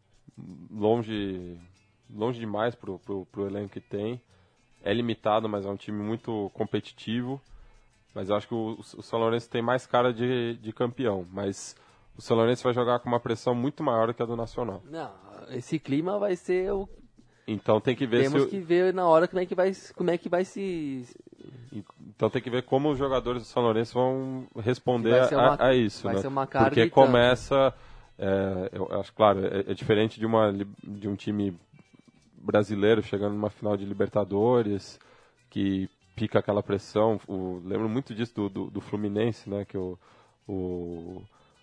longe, longe demais pro, pro, pro elenco que tem. É limitado, mas é um time muito competitivo. Mas eu acho que o, o São Lourenço tem mais cara de, de campeão. Mas o São Lourenço vai jogar com uma pressão muito maior do que a do Nacional. Não, esse clima vai ser o... Então tem que ver Temos se... que ver na hora como é que vai, como é que vai se... Então tem que ver como os jogadores do São Lourenço vão responder uma, a, a isso, vai né? Ser uma carga Porque de começa... É, eu acho, claro, é, é diferente de, uma, de um time brasileiro chegando numa final de Libertadores, que pica aquela pressão. O, lembro muito disso do, do, do Fluminense, né? Que o, o,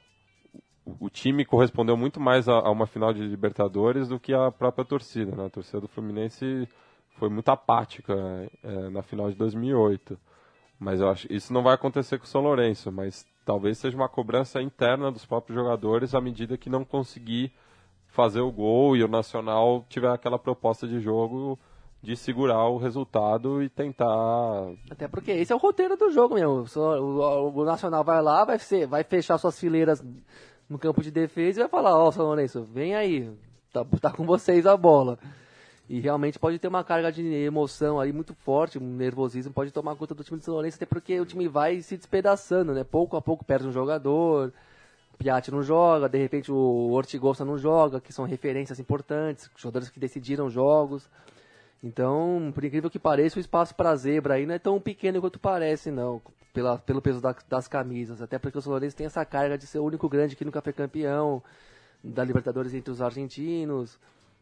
o time correspondeu muito mais a, a uma final de Libertadores do que a própria torcida, né? A torcida do Fluminense foi muito apática é, na final de dois mil e oito. Mas eu acho isso não vai acontecer com o São Lourenço, mas talvez seja uma cobrança interna dos próprios jogadores à medida que não conseguir fazer o gol e o Nacional tiver aquela proposta de jogo de segurar o resultado e tentar... Até porque esse é o roteiro do jogo mesmo. O, o, o Nacional vai lá, vai, ser, vai fechar suas fileiras no campo de defesa e vai falar, ó, oh, São Lourenço, vem aí, tá, tá com vocês a bola. E realmente pode ter uma carga de emoção aí muito forte, um nervosismo, pode tomar conta do time do São Lourenço, até porque o time vai se despedaçando, né? Pouco a pouco perde um jogador, Piatti não joga, de repente o Ortigosa não joga, que são referências importantes, jogadores que decidiram jogos. Então, por incrível que pareça, o espaço para zebra aí não é tão pequeno quanto parece, não, pela, pelo peso da, das camisas. Até porque o São Lourenço tem essa carga de ser o único grande que nunca foi campeão da Libertadores entre os argentinos.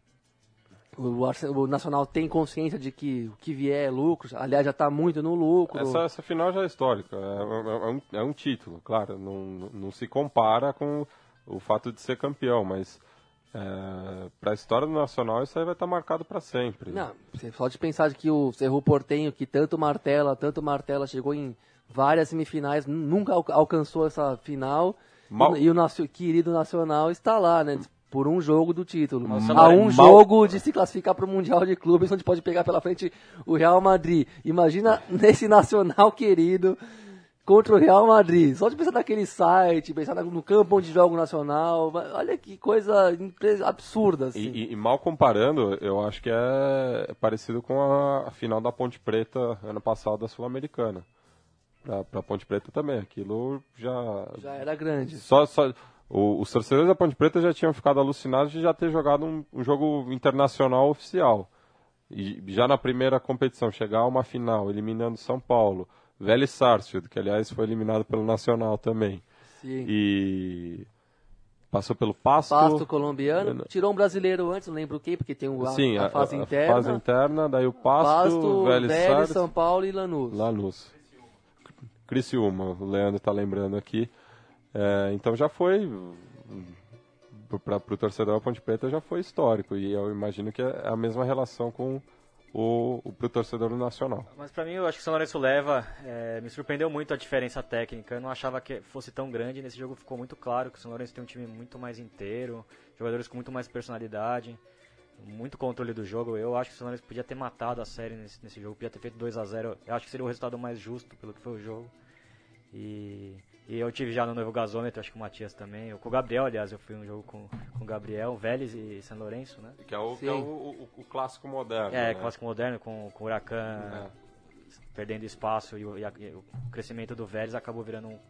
O, o Nacional tem consciência de que o que vier é lucro, aliás, já está muito no lucro. Essa, essa final já é histórica, é, é, um, é um título, claro, não, não se compara com o fato de ser campeão, mas é, para a história do Nacional isso aí vai estar tá marcado para sempre. Não, só de pensar que o Cerro Porteño, que tanto martela, tanto martela, chegou em várias semifinais, nunca al- alcançou essa final, Mal... e, e o nosso querido Nacional está lá, né? Por um jogo do título. Nossa, Há um mal... jogo de se classificar para o Mundial de Clubes, onde pode pegar pela frente o Real Madrid. Imagina nesse Nacional querido contra o Real Madrid. Só de pensar naquele site, pensar no campo onde joga o Nacional. Olha que coisa absurda. Assim. E, e, e mal comparando, eu acho que é parecido com a, a final da Ponte Preta ano passado da Sul-Americana. Para a Ponte Preta também. Aquilo já... Já era grande. Só... só... O, os torcedores da Ponte Preta já tinham ficado alucinados de já ter jogado um, um jogo internacional oficial. E já na primeira competição, chegar a uma final, eliminando São Paulo, Vélez Sarsfield, que aliás foi eliminado pelo Nacional também. Sim. E passou pelo Pasto. Pasto colombiano, tirou um brasileiro antes, não lembro quem, porque tem a, Sim, a, a fase a, interna. A fase interna, daí o Pasto, Pasto Vélez, Vélez Sarsfield, São Paulo e Lanús. Lanús. Criciúma, o Leandro está lembrando aqui. É, então já foi, para o torcedor da Ponte Preta já foi histórico, e eu imagino que é a mesma relação com o, o pro torcedor do Nacional. Mas para mim, eu acho que o São Lourenço leva, é, me surpreendeu muito a diferença técnica, eu não achava que fosse tão grande, nesse jogo ficou muito claro que o São Lourenço tem um time muito mais inteiro, jogadores com muito mais personalidade, muito controle do jogo. Eu acho que o São Lourenço podia ter matado a série nesse, nesse jogo, podia ter feito dois a zero, eu acho que seria o resultado mais justo pelo que foi o jogo. E... E eu tive já no Novo Gasômetro, acho que o Matias também. Com o Gabriel, aliás, eu fui um jogo com, com o Gabriel, Vélez e São Lourenço, né? Que é o, que é o, o, o clássico moderno. É, né? clássico moderno, com, com o Huracan é. perdendo espaço e o, e, a, e o crescimento do Vélez acabou virando um,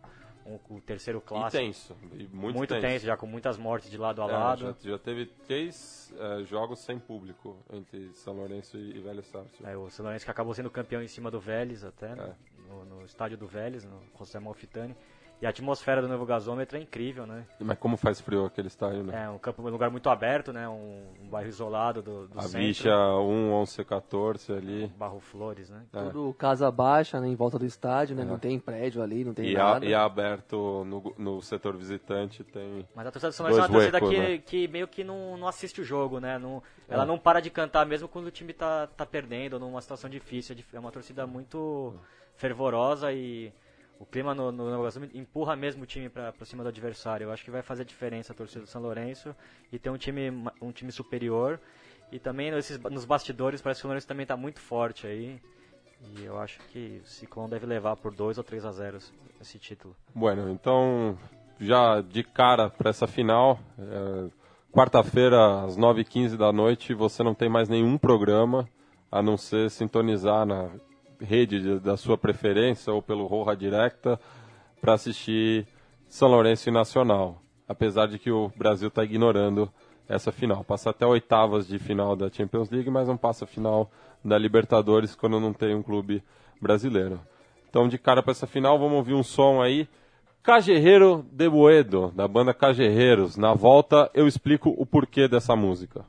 um, o terceiro clássico. E tenso, e muito, muito tenso. tenso, já com muitas mortes de lado a É, lado. já, já teve três é, jogos sem público entre São Lourenço e, e Vélez Sarsfield. É, o São Lourenço que acabou sendo campeão em cima do Vélez até, É. né? no, no estádio do Vélez, no José Malfitani. E a atmosfera do novo gasômetro é incrível, né? Mas como faz frio aquele estádio, né? É um campo, um lugar muito aberto, né? Um, um bairro isolado do, do A centro. Vicha um, onze, quatorze ali. Barro Flores, né? É. Tudo casa baixa, né, em volta do estádio, né? Não tem prédio ali, não tem E, nada. a, e é aberto no, no setor visitante tem... Mas a torcida do São Lourenço é uma Dois torcida huecos, que, né? que meio que não, não assiste o jogo, né? Não, ela É. não para de cantar mesmo quando o time tá, tá perdendo, numa situação difícil. É dif- É uma torcida muito fervorosa e o clima no, no Novo Gasômetro empurra mesmo o time para cima do adversário. Eu acho que vai fazer diferença a torcida do São Lourenço e ter um time, ma- um time superior. E também nesses, nos bastidores parece que o Lourenço também está muito forte aí. E eu acho que o Ciclone deve levar por dois ou três a zero esse título. Bueno, então, já de cara para essa final, é, quarta-feira, às nove e quinze da noite, você não tem mais nenhum programa, a não ser sintonizar na rede de- da sua preferência ou pelo Roja Directa para assistir São Lourenço e Nacional. Apesar de que o Brasil está ignorando essa final. Passa até oitavas de final da Champions League, mas não passa a final da Libertadores quando não tem um clube brasileiro. Então, de cara para essa final, vamos ouvir um som aí. Cajerreiro de Boedo, da banda Cajerreiros. Na volta, eu explico o porquê dessa música.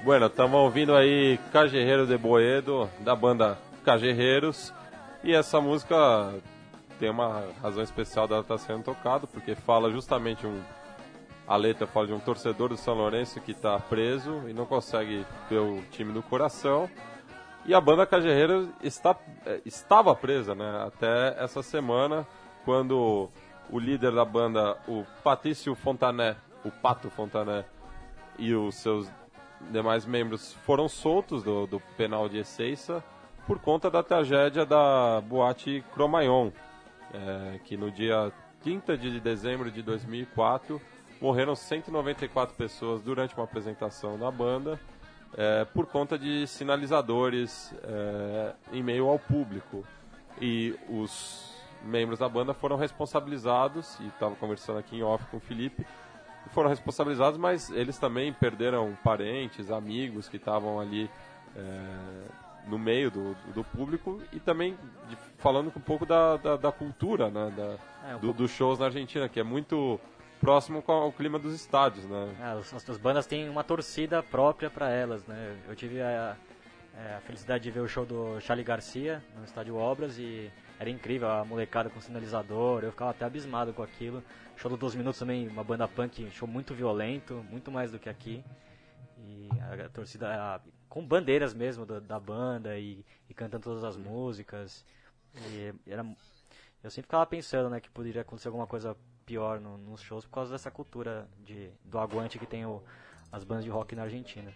Bueno, estamos ouvindo aí Cajerreiro de Boedo, da banda Cajerreiros, e essa música tem uma razão especial dela estar sendo tocada, porque fala justamente um... A letra fala de um torcedor do São Lourenço que está preso e não consegue ver o time no coração. E a banda Cajerreiros está, estava presa, né, até essa semana, quando o líder da banda, o Patrício Fontané, o Pato Fontané, e os seus demais membros foram soltos do, do penal de Ezeiza por conta da tragédia da boate Cromagnon, é, que no dia trinta de dezembro de dois mil e quatro morreram cento e noventa e quatro pessoas durante uma apresentação da banda, é, por conta de sinalizadores é, em meio ao público. E os membros da banda foram responsabilizados, e estava conversando aqui em off com o Felipe, foram responsabilizados, mas eles também perderam parentes, amigos que estavam ali é, no meio do, do público, e também de, falando um pouco da, da, da cultura, né, da, é, um do, pouco... dos shows na Argentina, que é muito próximo com o clima dos estádios, né? É, as, as bandas têm uma torcida própria para elas, né? Eu tive a, a felicidade de ver o show do Charly Garcia no Estádio Obras e era incrível, a molecada com sinalizador, eu ficava até abismado com aquilo. Show do doze minutos também, uma banda punk, show muito violento, muito mais do que aqui. E a, a torcida a, com bandeiras mesmo da, da banda e, e cantando todas as músicas. E era, eu sempre ficava pensando, né, que poderia acontecer alguma coisa pior no, nos shows por causa dessa cultura de, do aguante que tem o, as bandas de rock na Argentina.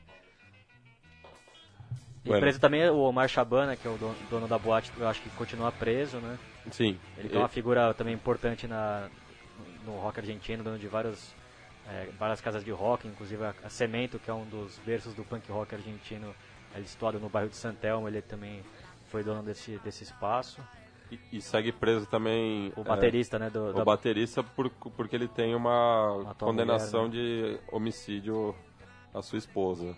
E bueno. Preso também o Omar Shabana, que é o dono, dono da boate, eu acho que continua preso, né? Sim. Ele é uma figura também importante na, no rock argentino, dono de vários, é, várias casas de rock, inclusive a, a Cemento, que é um dos berços do punk rock argentino, é situado no bairro de San Telmo, ele também foi dono desse, desse espaço. E, e segue preso também o baterista, é, né? Do, o da... baterista por, porque ele tem uma, uma condenação mulher, né? de homicídio à sua esposa.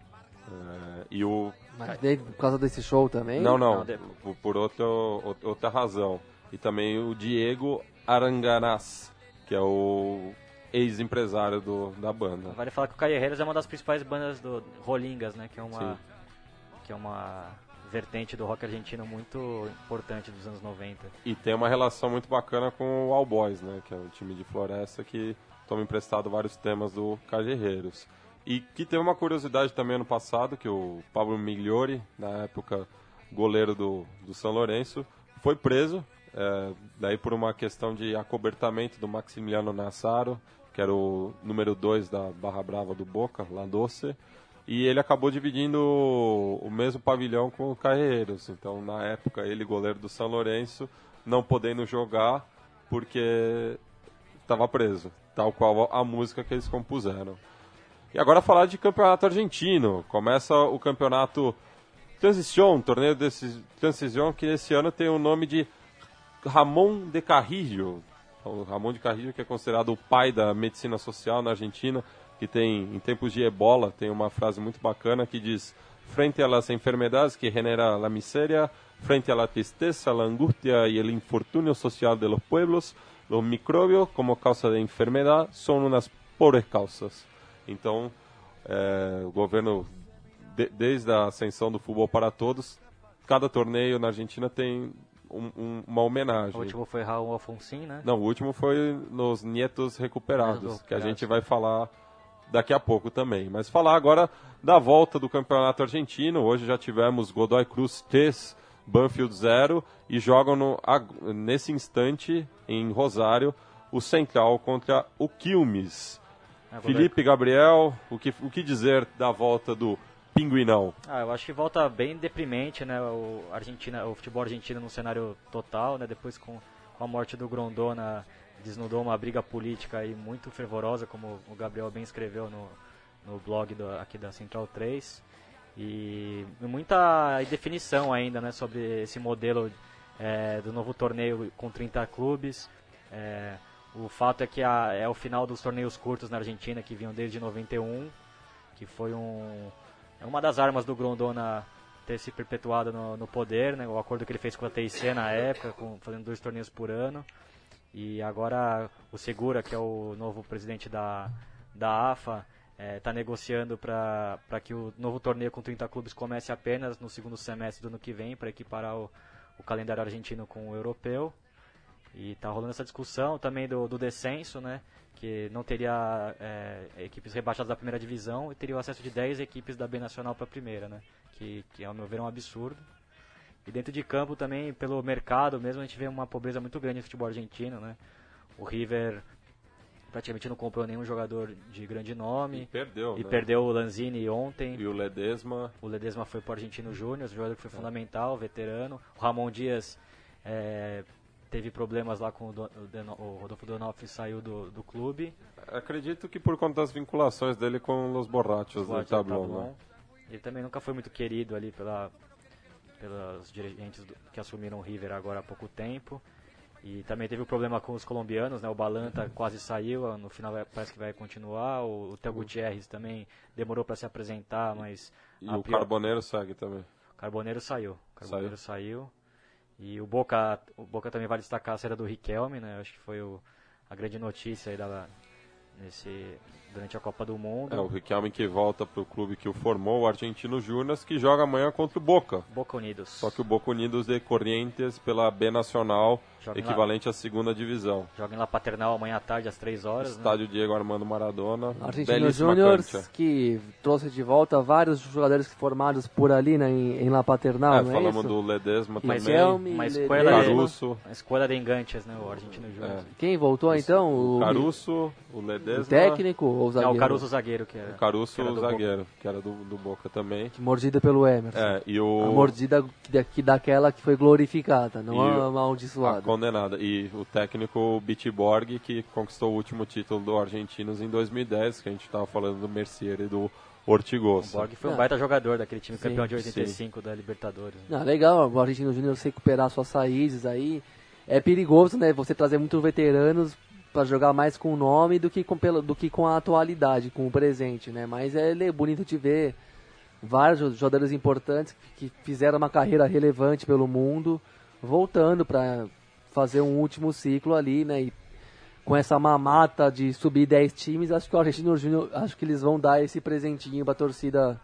É, e o... Mas dele, por causa desse show também? Não, não, não por, por outro, outra razão. E também o Diego Aranganaz, que é o ex-empresário do, da banda. Vale falar que o Cajerreiros é uma das principais bandas do Rolingas, né? Que é uma, que é uma vertente do rock argentino muito importante dos anos noventa. E tem uma relação muito bacana com o All Boys, né? Que é um time de Floresta que toma emprestado vários temas do Cajerreiros. E que teve uma curiosidade também ano passado, que o Pablo Migliori, na época goleiro do, do São Lourenço, foi preso, é, daí por uma questão de acobertamento do Maximiliano Nassaro, que era o número dois da Barra Brava do Boca, La Doce, e ele acabou dividindo o, o mesmo pavilhão com o Cajerreiros. Então, na época, ele, goleiro do São Lourenço, não podendo jogar porque estava preso, tal qual a música que eles compuseram. E agora falar de campeonato argentino. Começa o campeonato Transición, torneio de Transición, que esse ano tem o nome de Ramón de Carrillo. O Ramón de Carrillo, que é considerado o pai da medicina social na Argentina, que tem, em tempos de ebola, tem uma frase muito bacana que diz: frente a las enfermedades que genera la miseria, frente a la tristeza, la angustia y el infortunio social de los pueblos, los microbios como causa de enfermedad son unas pobres causas. Então, é, o governo, de, desde a ascensão do futebol para todos, cada torneio na Argentina tem um, um, uma homenagem. O último foi Raul Alfonsin, né? Não, o último foi nos Nietos Recuperados, Nietos que a gente vai falar daqui a pouco também. Mas falar agora da volta do campeonato argentino. Hoje já tivemos Godoy Cruz três, Banfield zero, e jogam no, nesse instante, em Rosário, o Central contra o Quilmes. É, Felipe, Gabriel, o que, o que dizer da volta do Pinguinão? Ah, eu acho que volta bem deprimente, né? O, Argentina, o futebol argentino no cenário total, né? Depois com, com a morte do Grondona, desnudou uma briga política aí muito fervorosa, como o Gabriel bem escreveu no, no blog do, aqui da Central três. E muita indefinição ainda, né? Sobre esse modelo é, do novo torneio com trinta clubes. É, O fato é que a, é o final dos torneios curtos na Argentina, que vinham desde noventa e um, que foi um, é uma das armas do Grondona ter se perpetuado no, no poder, né? O acordo que ele fez com a T I C na época, com, fazendo dois torneios por ano. E agora o Segura, que é o novo presidente da, da A F A, está negociando para que o novo torneio com trinta clubes comece apenas no segundo semestre do ano que vem, para equiparar o, o calendário argentino com o europeu. E está rolando essa discussão também do, do descenso, né? Que não teria é, equipes rebaixadas da primeira divisão e teria o acesso de dez equipes da B Nacional para a primeira, né? Que, que, ao meu ver, é um absurdo. E dentro de campo também, pelo mercado mesmo, a gente vê uma pobreza muito grande no futebol argentino, né? O River praticamente não comprou nenhum jogador de grande nome. E perdeu, E né? perdeu o Lanzini ontem. E o Ledesma. O Ledesma foi para o Argentino Júnior, um jogador que foi fundamental, veterano. O Ramon Dias é, teve problemas lá com o, Do, o, Deno, o Rodolfo Donofrio, saiu do, do clube. Acredito que por conta das vinculações dele com os borrachos do Tablon, né? Ele também nunca foi muito querido ali pela, pelos dirigentes do, que assumiram o River agora há pouco tempo. E também teve o problema com os colombianos, né? O Balanta quase saiu, no final vai, parece que vai continuar. O, o Theo Gutierrez também demorou para se apresentar, mas... E o pior... Carboneiro segue também. O Carboneiro saiu. O Carboneiro saiu. saiu. E o Boca, o Boca também vai destacar a saída do Riquelme, né? Acho que foi o, a grande notícia aí da, nesse, durante a Copa do Mundo. É, o Riquelme que volta para o clube que o formou, o Argentino Júnior, que joga amanhã contra o Boca. Boca Unidos. Só que o Boca Unidos de Corrientes pela B Nacional, joga equivalente lá, à segunda divisão. Joga em La Paternal amanhã à tarde, às três horas. Estádio né? Diego Armando Maradona. Argentino Júnior, que trouxe de volta vários jogadores formados por ali, né, em, em La Paternal, é, não falamos é isso? do Ledesma Mas também. Helmi, uma escola, Caruso. Uma escola de enganches, né, o Argentino Júnior. É. Quem voltou então? O Caruso, o Ledesma. O técnico ou o zagueiro? Não, o Caruso zagueiro. Que era, o Caruso, que era o zagueiro, Boca. Que era do, do Boca também. Que mordida pelo Emerson. É, e o... A mordida que, que daquela que foi glorificada, não a amaldiçoada. A condenada. E o técnico Bitborg, que conquistou o último título do Argentinos em dois mil e dez, que a gente estava falando do Mercier e do Ortigosa. O Borg foi um ah. baita jogador daquele time sim, campeão de oitenta e cinco sim. da Libertadores. Né? Ah, legal, o Argentino Júnior recuperar suas raízes aí. É perigoso, né? Você trazer muitos veteranos para jogar mais com o nome do que com, pelo, do que com a atualidade, com o presente, né? Mas é, é bonito de ver vários jogadores importantes que fizeram uma carreira relevante pelo mundo, voltando para fazer um último ciclo ali, né? E com essa mamata de subir dez times, acho que o Argentino Júnior, acho que eles vão dar esse presentinho para a torcida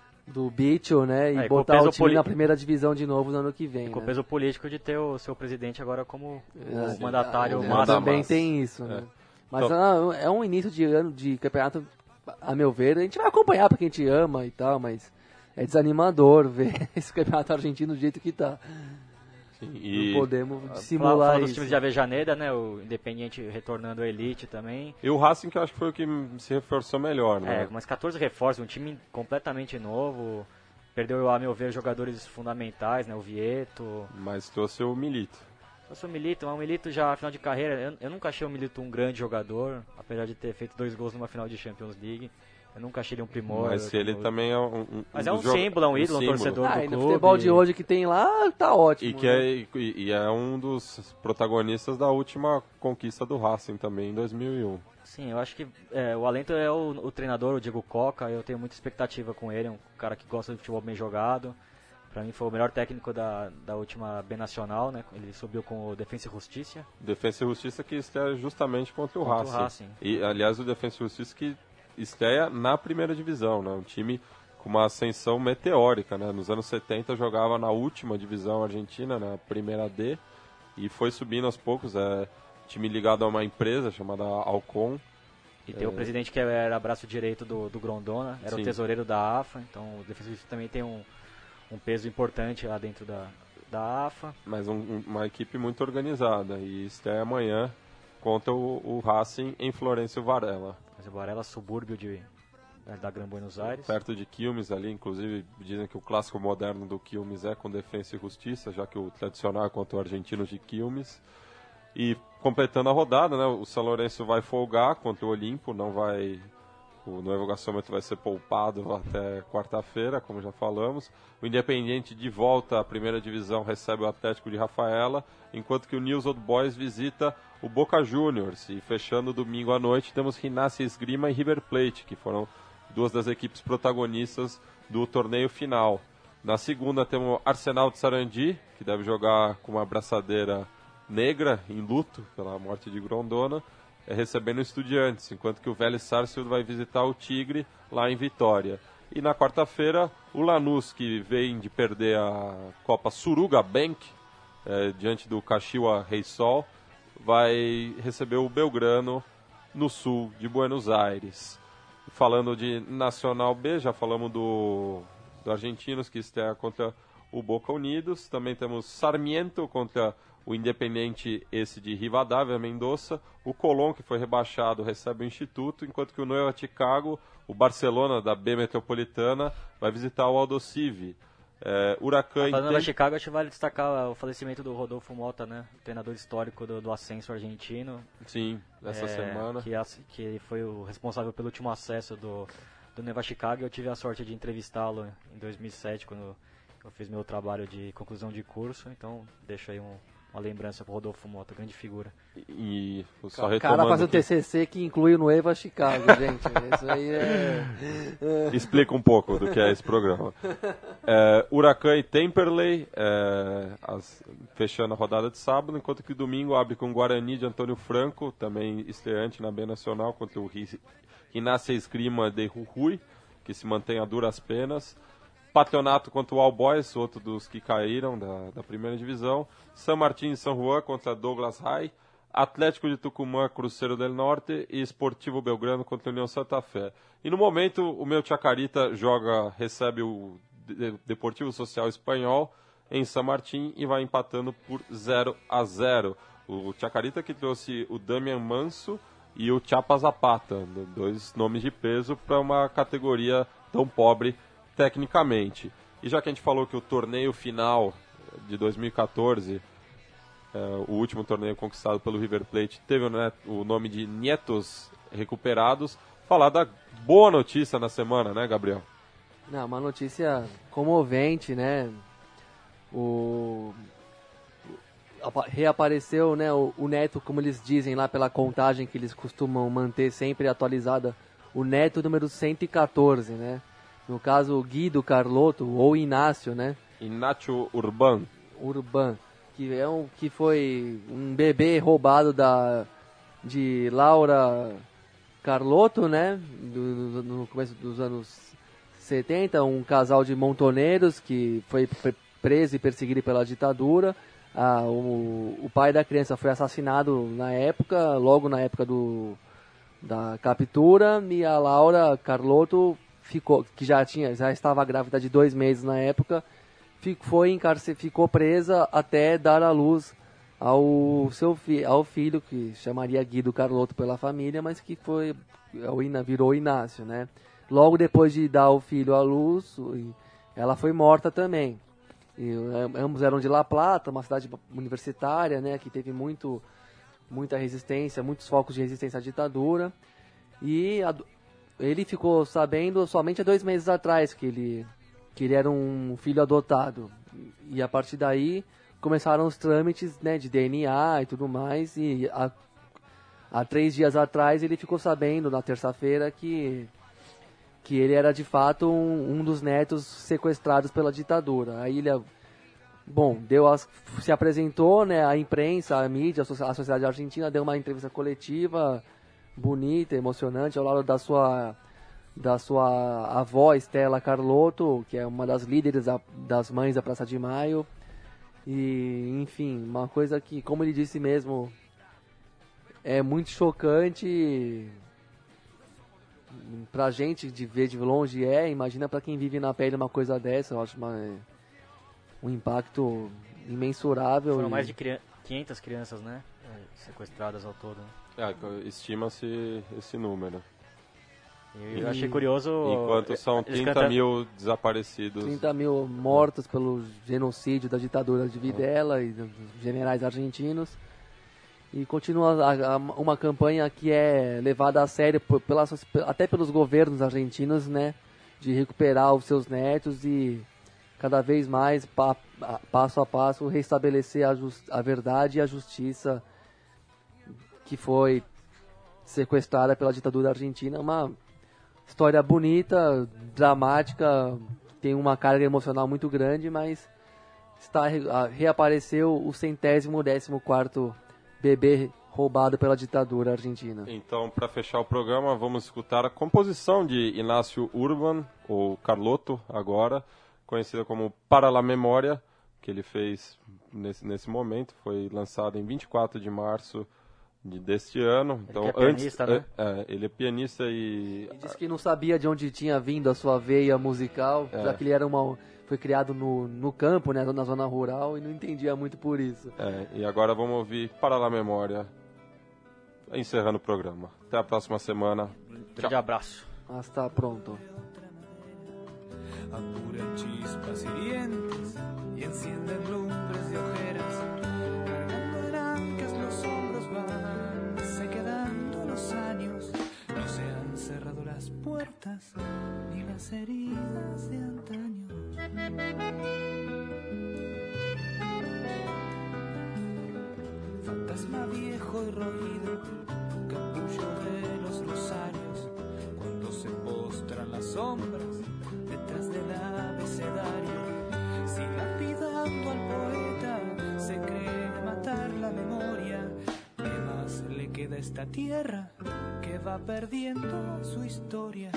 do Bicho, né? E é, botar o time na primeira divisão de novo no ano que vem. E com o né? peso político de ter o seu presidente agora como é, o mandatário é, máximo. Também tem isso, né? É. Mas então, ah, é um início de ano de campeonato, a meu ver, a gente vai acompanhar porque a gente ama e tal, mas é desanimador ver esse campeonato argentino do jeito que tá. Sim, e não podemos dissimular falando isso. dos times de Avejaneda, né? O Independiente retornando à elite também. E o Racing, que eu acho que foi o que se reforçou melhor, né? É, umas catorze reforços, um time completamente novo. Perdeu, a meu ver, jogadores fundamentais, né? O Vieto. Mas trouxe o Milito. Trouxe o Milito, mas o Milito já, final de carreira, eu, eu nunca achei o Milito um grande jogador, apesar de ter feito dois gols numa final de Champions League. Eu nunca achei ele um primor. Mas ele como... também é um, um Mas é um símbolo, é um ídolo, um, um torcedor ah, do e clube. no futebol de hoje que tem lá, tá ótimo. E, que né? é, e, e é um dos protagonistas da última conquista do Racing também, em dois mil e um. Sim, eu acho que é, o alento é o, o treinador, o Diego Coca, eu tenho muita expectativa com ele, é um cara que gosta de futebol bem jogado. Pra mim foi o melhor técnico da, da última B Nacional, né? Ele subiu com o Defensa e Justiça. Defensa e Justiça que estreia justamente contra o contra Racing. O Racing. E, aliás, o Defensa e Justiça que estreia na primeira divisão, né? Um time com uma ascensão meteórica, né? Nos anos setenta jogava na última divisão argentina, na primeira D, e foi subindo aos poucos. É time ligado a uma empresa chamada Alcon. E tem é... o presidente que era braço direito do, do Grondona, era Sim. o tesoureiro da A F A, então o Defensa e Justiça também tem um, um peso importante lá dentro da, da A F A. Mas um, uma equipe muito organizada, e estreia amanhã contra o, o Racing em Florencio Varela. Mas o Varela, subúrbio de, da Gran Buenos Aires. Perto de Quilmes ali, inclusive dizem que o clássico moderno do Quilmes é com Defensa e Justiça, já que o tradicional é contra o Argentino de Quilmes. E completando a rodada, né, o São Lourenço vai folgar contra o Olimpo, não vai... O Novo Gasômetro vai ser poupado até quarta-feira, como já falamos. O Independiente de volta à primeira divisão recebe o Atlético de Rafaela, enquanto que o News Old Boys visita o Boca Juniors. E fechando domingo à noite temos Rinácia Esgrima e River Plate, que foram duas das equipes protagonistas do torneio final. Na segunda temos Arsenal de Sarandi, que deve jogar com uma braçadeira negra, em luto, pela morte de Grondona. é, recebendo o Estudiantes, enquanto que o Vélez Sarsfield vai visitar o Tigre lá em Vitória. E na quarta-feira, o Lanús, que vem de perder a Copa Suruga Bank, é, diante do Caxiwa Reysol, vai receber o Belgrano no sul de Buenos Aires. Falando de Nacional B, já falamos do, do Argentinos, que estreia contra o Boca Unidos. Também temos Sarmiento contra o Independiente, esse de Rivadavia, Mendoza. O Colón, que foi rebaixado, recebe o Instituto, enquanto que o Nueva Chicago, o Barcelona da B Metropolitana, vai visitar o Aldosivi. É, Huracan... Falando da Chicago, acho que vale destacar o falecimento do Rodolfo Mota, né? O treinador histórico do, do ascenso argentino. Sim, essa é, semana. Que, que foi o responsável pelo último acesso do, do Nueva Chicago. Eu tive a sorte de entrevistá-lo em dois mil e sete, quando eu fiz meu trabalho de conclusão de curso. Então, deixo aí um... uma lembrança pro Rodolfo Mota, grande figura. E só o cara faz um que... T C C que inclui o Nueva Chicago, gente. Isso aí é... Explica um pouco do que é esse programa. É, Huracan e Temperley, é, as, fechando a rodada de sábado, enquanto que domingo abre com Guarani de Antônio Franco, também estreante na B Nacional, contra o Rinácia Esgrima de Jujuy, que se mantém a duras penas. Patronato contra o All Boys, outro dos que caíram da, da primeira divisão. San Martín e San Juan contra Douglas High. Atlético de Tucumã, Cruzeiro del Norte. E Esportivo Belgrano contra a União Santa Fé. E no momento, o meu Chacarita joga, recebe o Deportivo Social Espanhol em San Martín e vai empatando por zero a zero. O Chacarita que trouxe o Damian Manso e o Chapa Zapata, dois nomes de peso para uma categoria tão pobre tecnicamente. E já que a gente falou que o torneio final de dois mil e quatorze, é, o último torneio conquistado pelo River Plate, teve o, né, o nome de Nietos recuperados, falar da boa notícia na semana, né, Gabriel? Não, uma notícia comovente, né? O... Reapareceu, né, o, o Neto, como eles dizem lá pela contagem que eles costumam manter sempre atualizada, o Neto número cento e quatorze, né? No caso, Guido Carlotto, ou Inácio, né? Inácio Urban. Urban, que, é um, que foi um bebê roubado da, de Laura Carlotto, né? Do, do, no começo dos anos setenta, um casal de montoneiros que foi preso e perseguido pela ditadura. Ah, o, o pai da criança foi assassinado na época, logo na época do, da captura, e a Laura Carlotto ficou, que já tinha, já estava grávida de dois meses na época, foi encarcer, ficou presa até dar à luz ao seu fi, ao filho, que chamaria Guido Carlotto pela família, mas que foi virou Inácio, né? Logo depois de dar o filho à luz, ela foi morta também. E, ambos eram de La Plata, uma cidade universitária, né, que teve muito, muita resistência, muitos focos de resistência à ditadura. E a, ele ficou sabendo somente há dois meses atrás que ele, que ele era um filho adotado. E a partir daí começaram os trâmites, né, de D N A e tudo mais. E há, há três dias atrás ele ficou sabendo, na terça-feira, que, que ele era de fato um, um dos netos sequestrados pela ditadura. Aí ele, bom, deu as, se apresentou, né, à imprensa, à mídia, à sociedade argentina, deu uma entrevista coletiva bonita, emocionante, ao lado da sua, da sua avó Estela Carlotto, que é uma das líderes da, das mães da Praça de Maio. E, enfim, uma coisa que, como ele disse mesmo, é muito chocante pra gente de ver de longe, é, imagina pra quem vive na pele uma coisa dessa. Eu acho uma, um impacto imensurável. Foram e... mais de quinhentas crianças, né, sequestradas ao todo, né? É, estima-se esse número. Eu e... achei curioso... Enquanto são trinta cantam... mil desaparecidos. trinta mil mortos é. pelo genocídio da ditadura de Videla é. e dos generais argentinos. E continua a, a, uma campanha que é levada a sério por, pela, até pelos governos argentinos, né, de recuperar os seus netos e cada vez mais, pa, a, passo a passo, restabelecer a, just, a verdade e a justiça que foi sequestrada pela ditadura argentina. Uma história bonita, dramática, tem uma carga emocional muito grande, mas está, reapareceu o centésimo décimo quarto bebê roubado pela ditadura argentina. Então, para fechar o programa, vamos escutar a composição de Inácio Urban, ou Carlotto agora, conhecida como Para la Memória, que ele fez nesse, nesse momento, foi lançado em vinte e quatro de março de, deste ano. Então, ele é pianista, antes, né? É, ele é pianista e... Ele disse que não sabia de onde tinha vindo a sua veia musical, É. já que ele era uma, foi criado no, no campo, né, na zona rural, e não entendia muito por isso. É, e agora vamos ouvir Para la Memória, encerrando o programa. Até a próxima semana. Grande abraço. Hasta pronto. Apuran chispas hirientes y encienden lumbres de ojeras, cargando en ancas los hombros van, se quedando los años, no se han cerrado las puertas ni las heridas de antaño. Fantasma viejo y roído, capullo de los rosarios, cuando se postran las sombras detrás del abecedario, si lapidando al poeta se cree matar la memoria, ¿qué más le queda a esta tierra que va perdiendo su historia?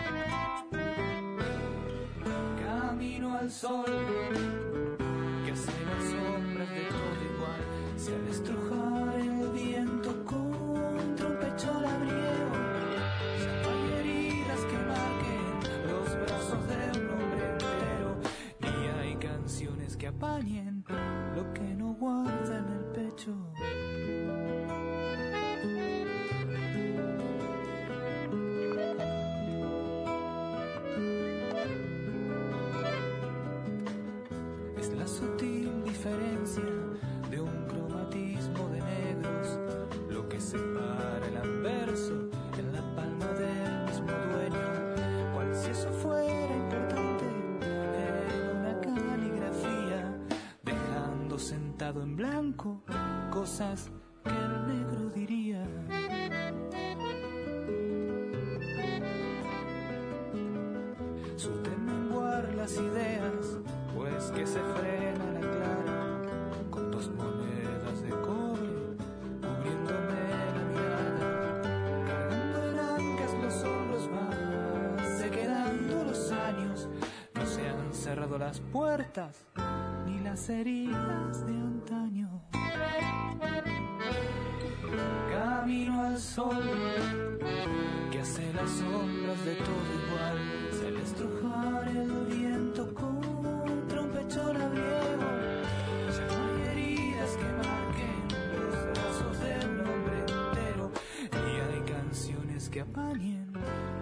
Camino al sol, que hace las sombras de todo igual, si al estrujar el viento contra un pecho labriego, ya no hay heridas que marquen los brazos de un hombre entero, ni hay canciones que apañen lo que no guarda en el pecho. Es la sutil diferencia de un cromatismo de negros, lo que separa el anverso en la palma del mismo dueño, cual si eso fuera importante en una caligrafía, dejando sentado en blanco cosas que el negro diría. Suerte menguar las ideas, pues que se frena la clara, con dos monedas de cobre, cubriéndome la mirada, cargando en ancas los hombros van, se quedando los años, no se han cerrado las puertas, ni las heridas de antaño. Camino al sol, que hace las sombras de todo igual, si al estrujar el viento contra un pecho labriego, ya no hay heridas que marquen los brazos de un hombre entero, ni hay canciones que apañen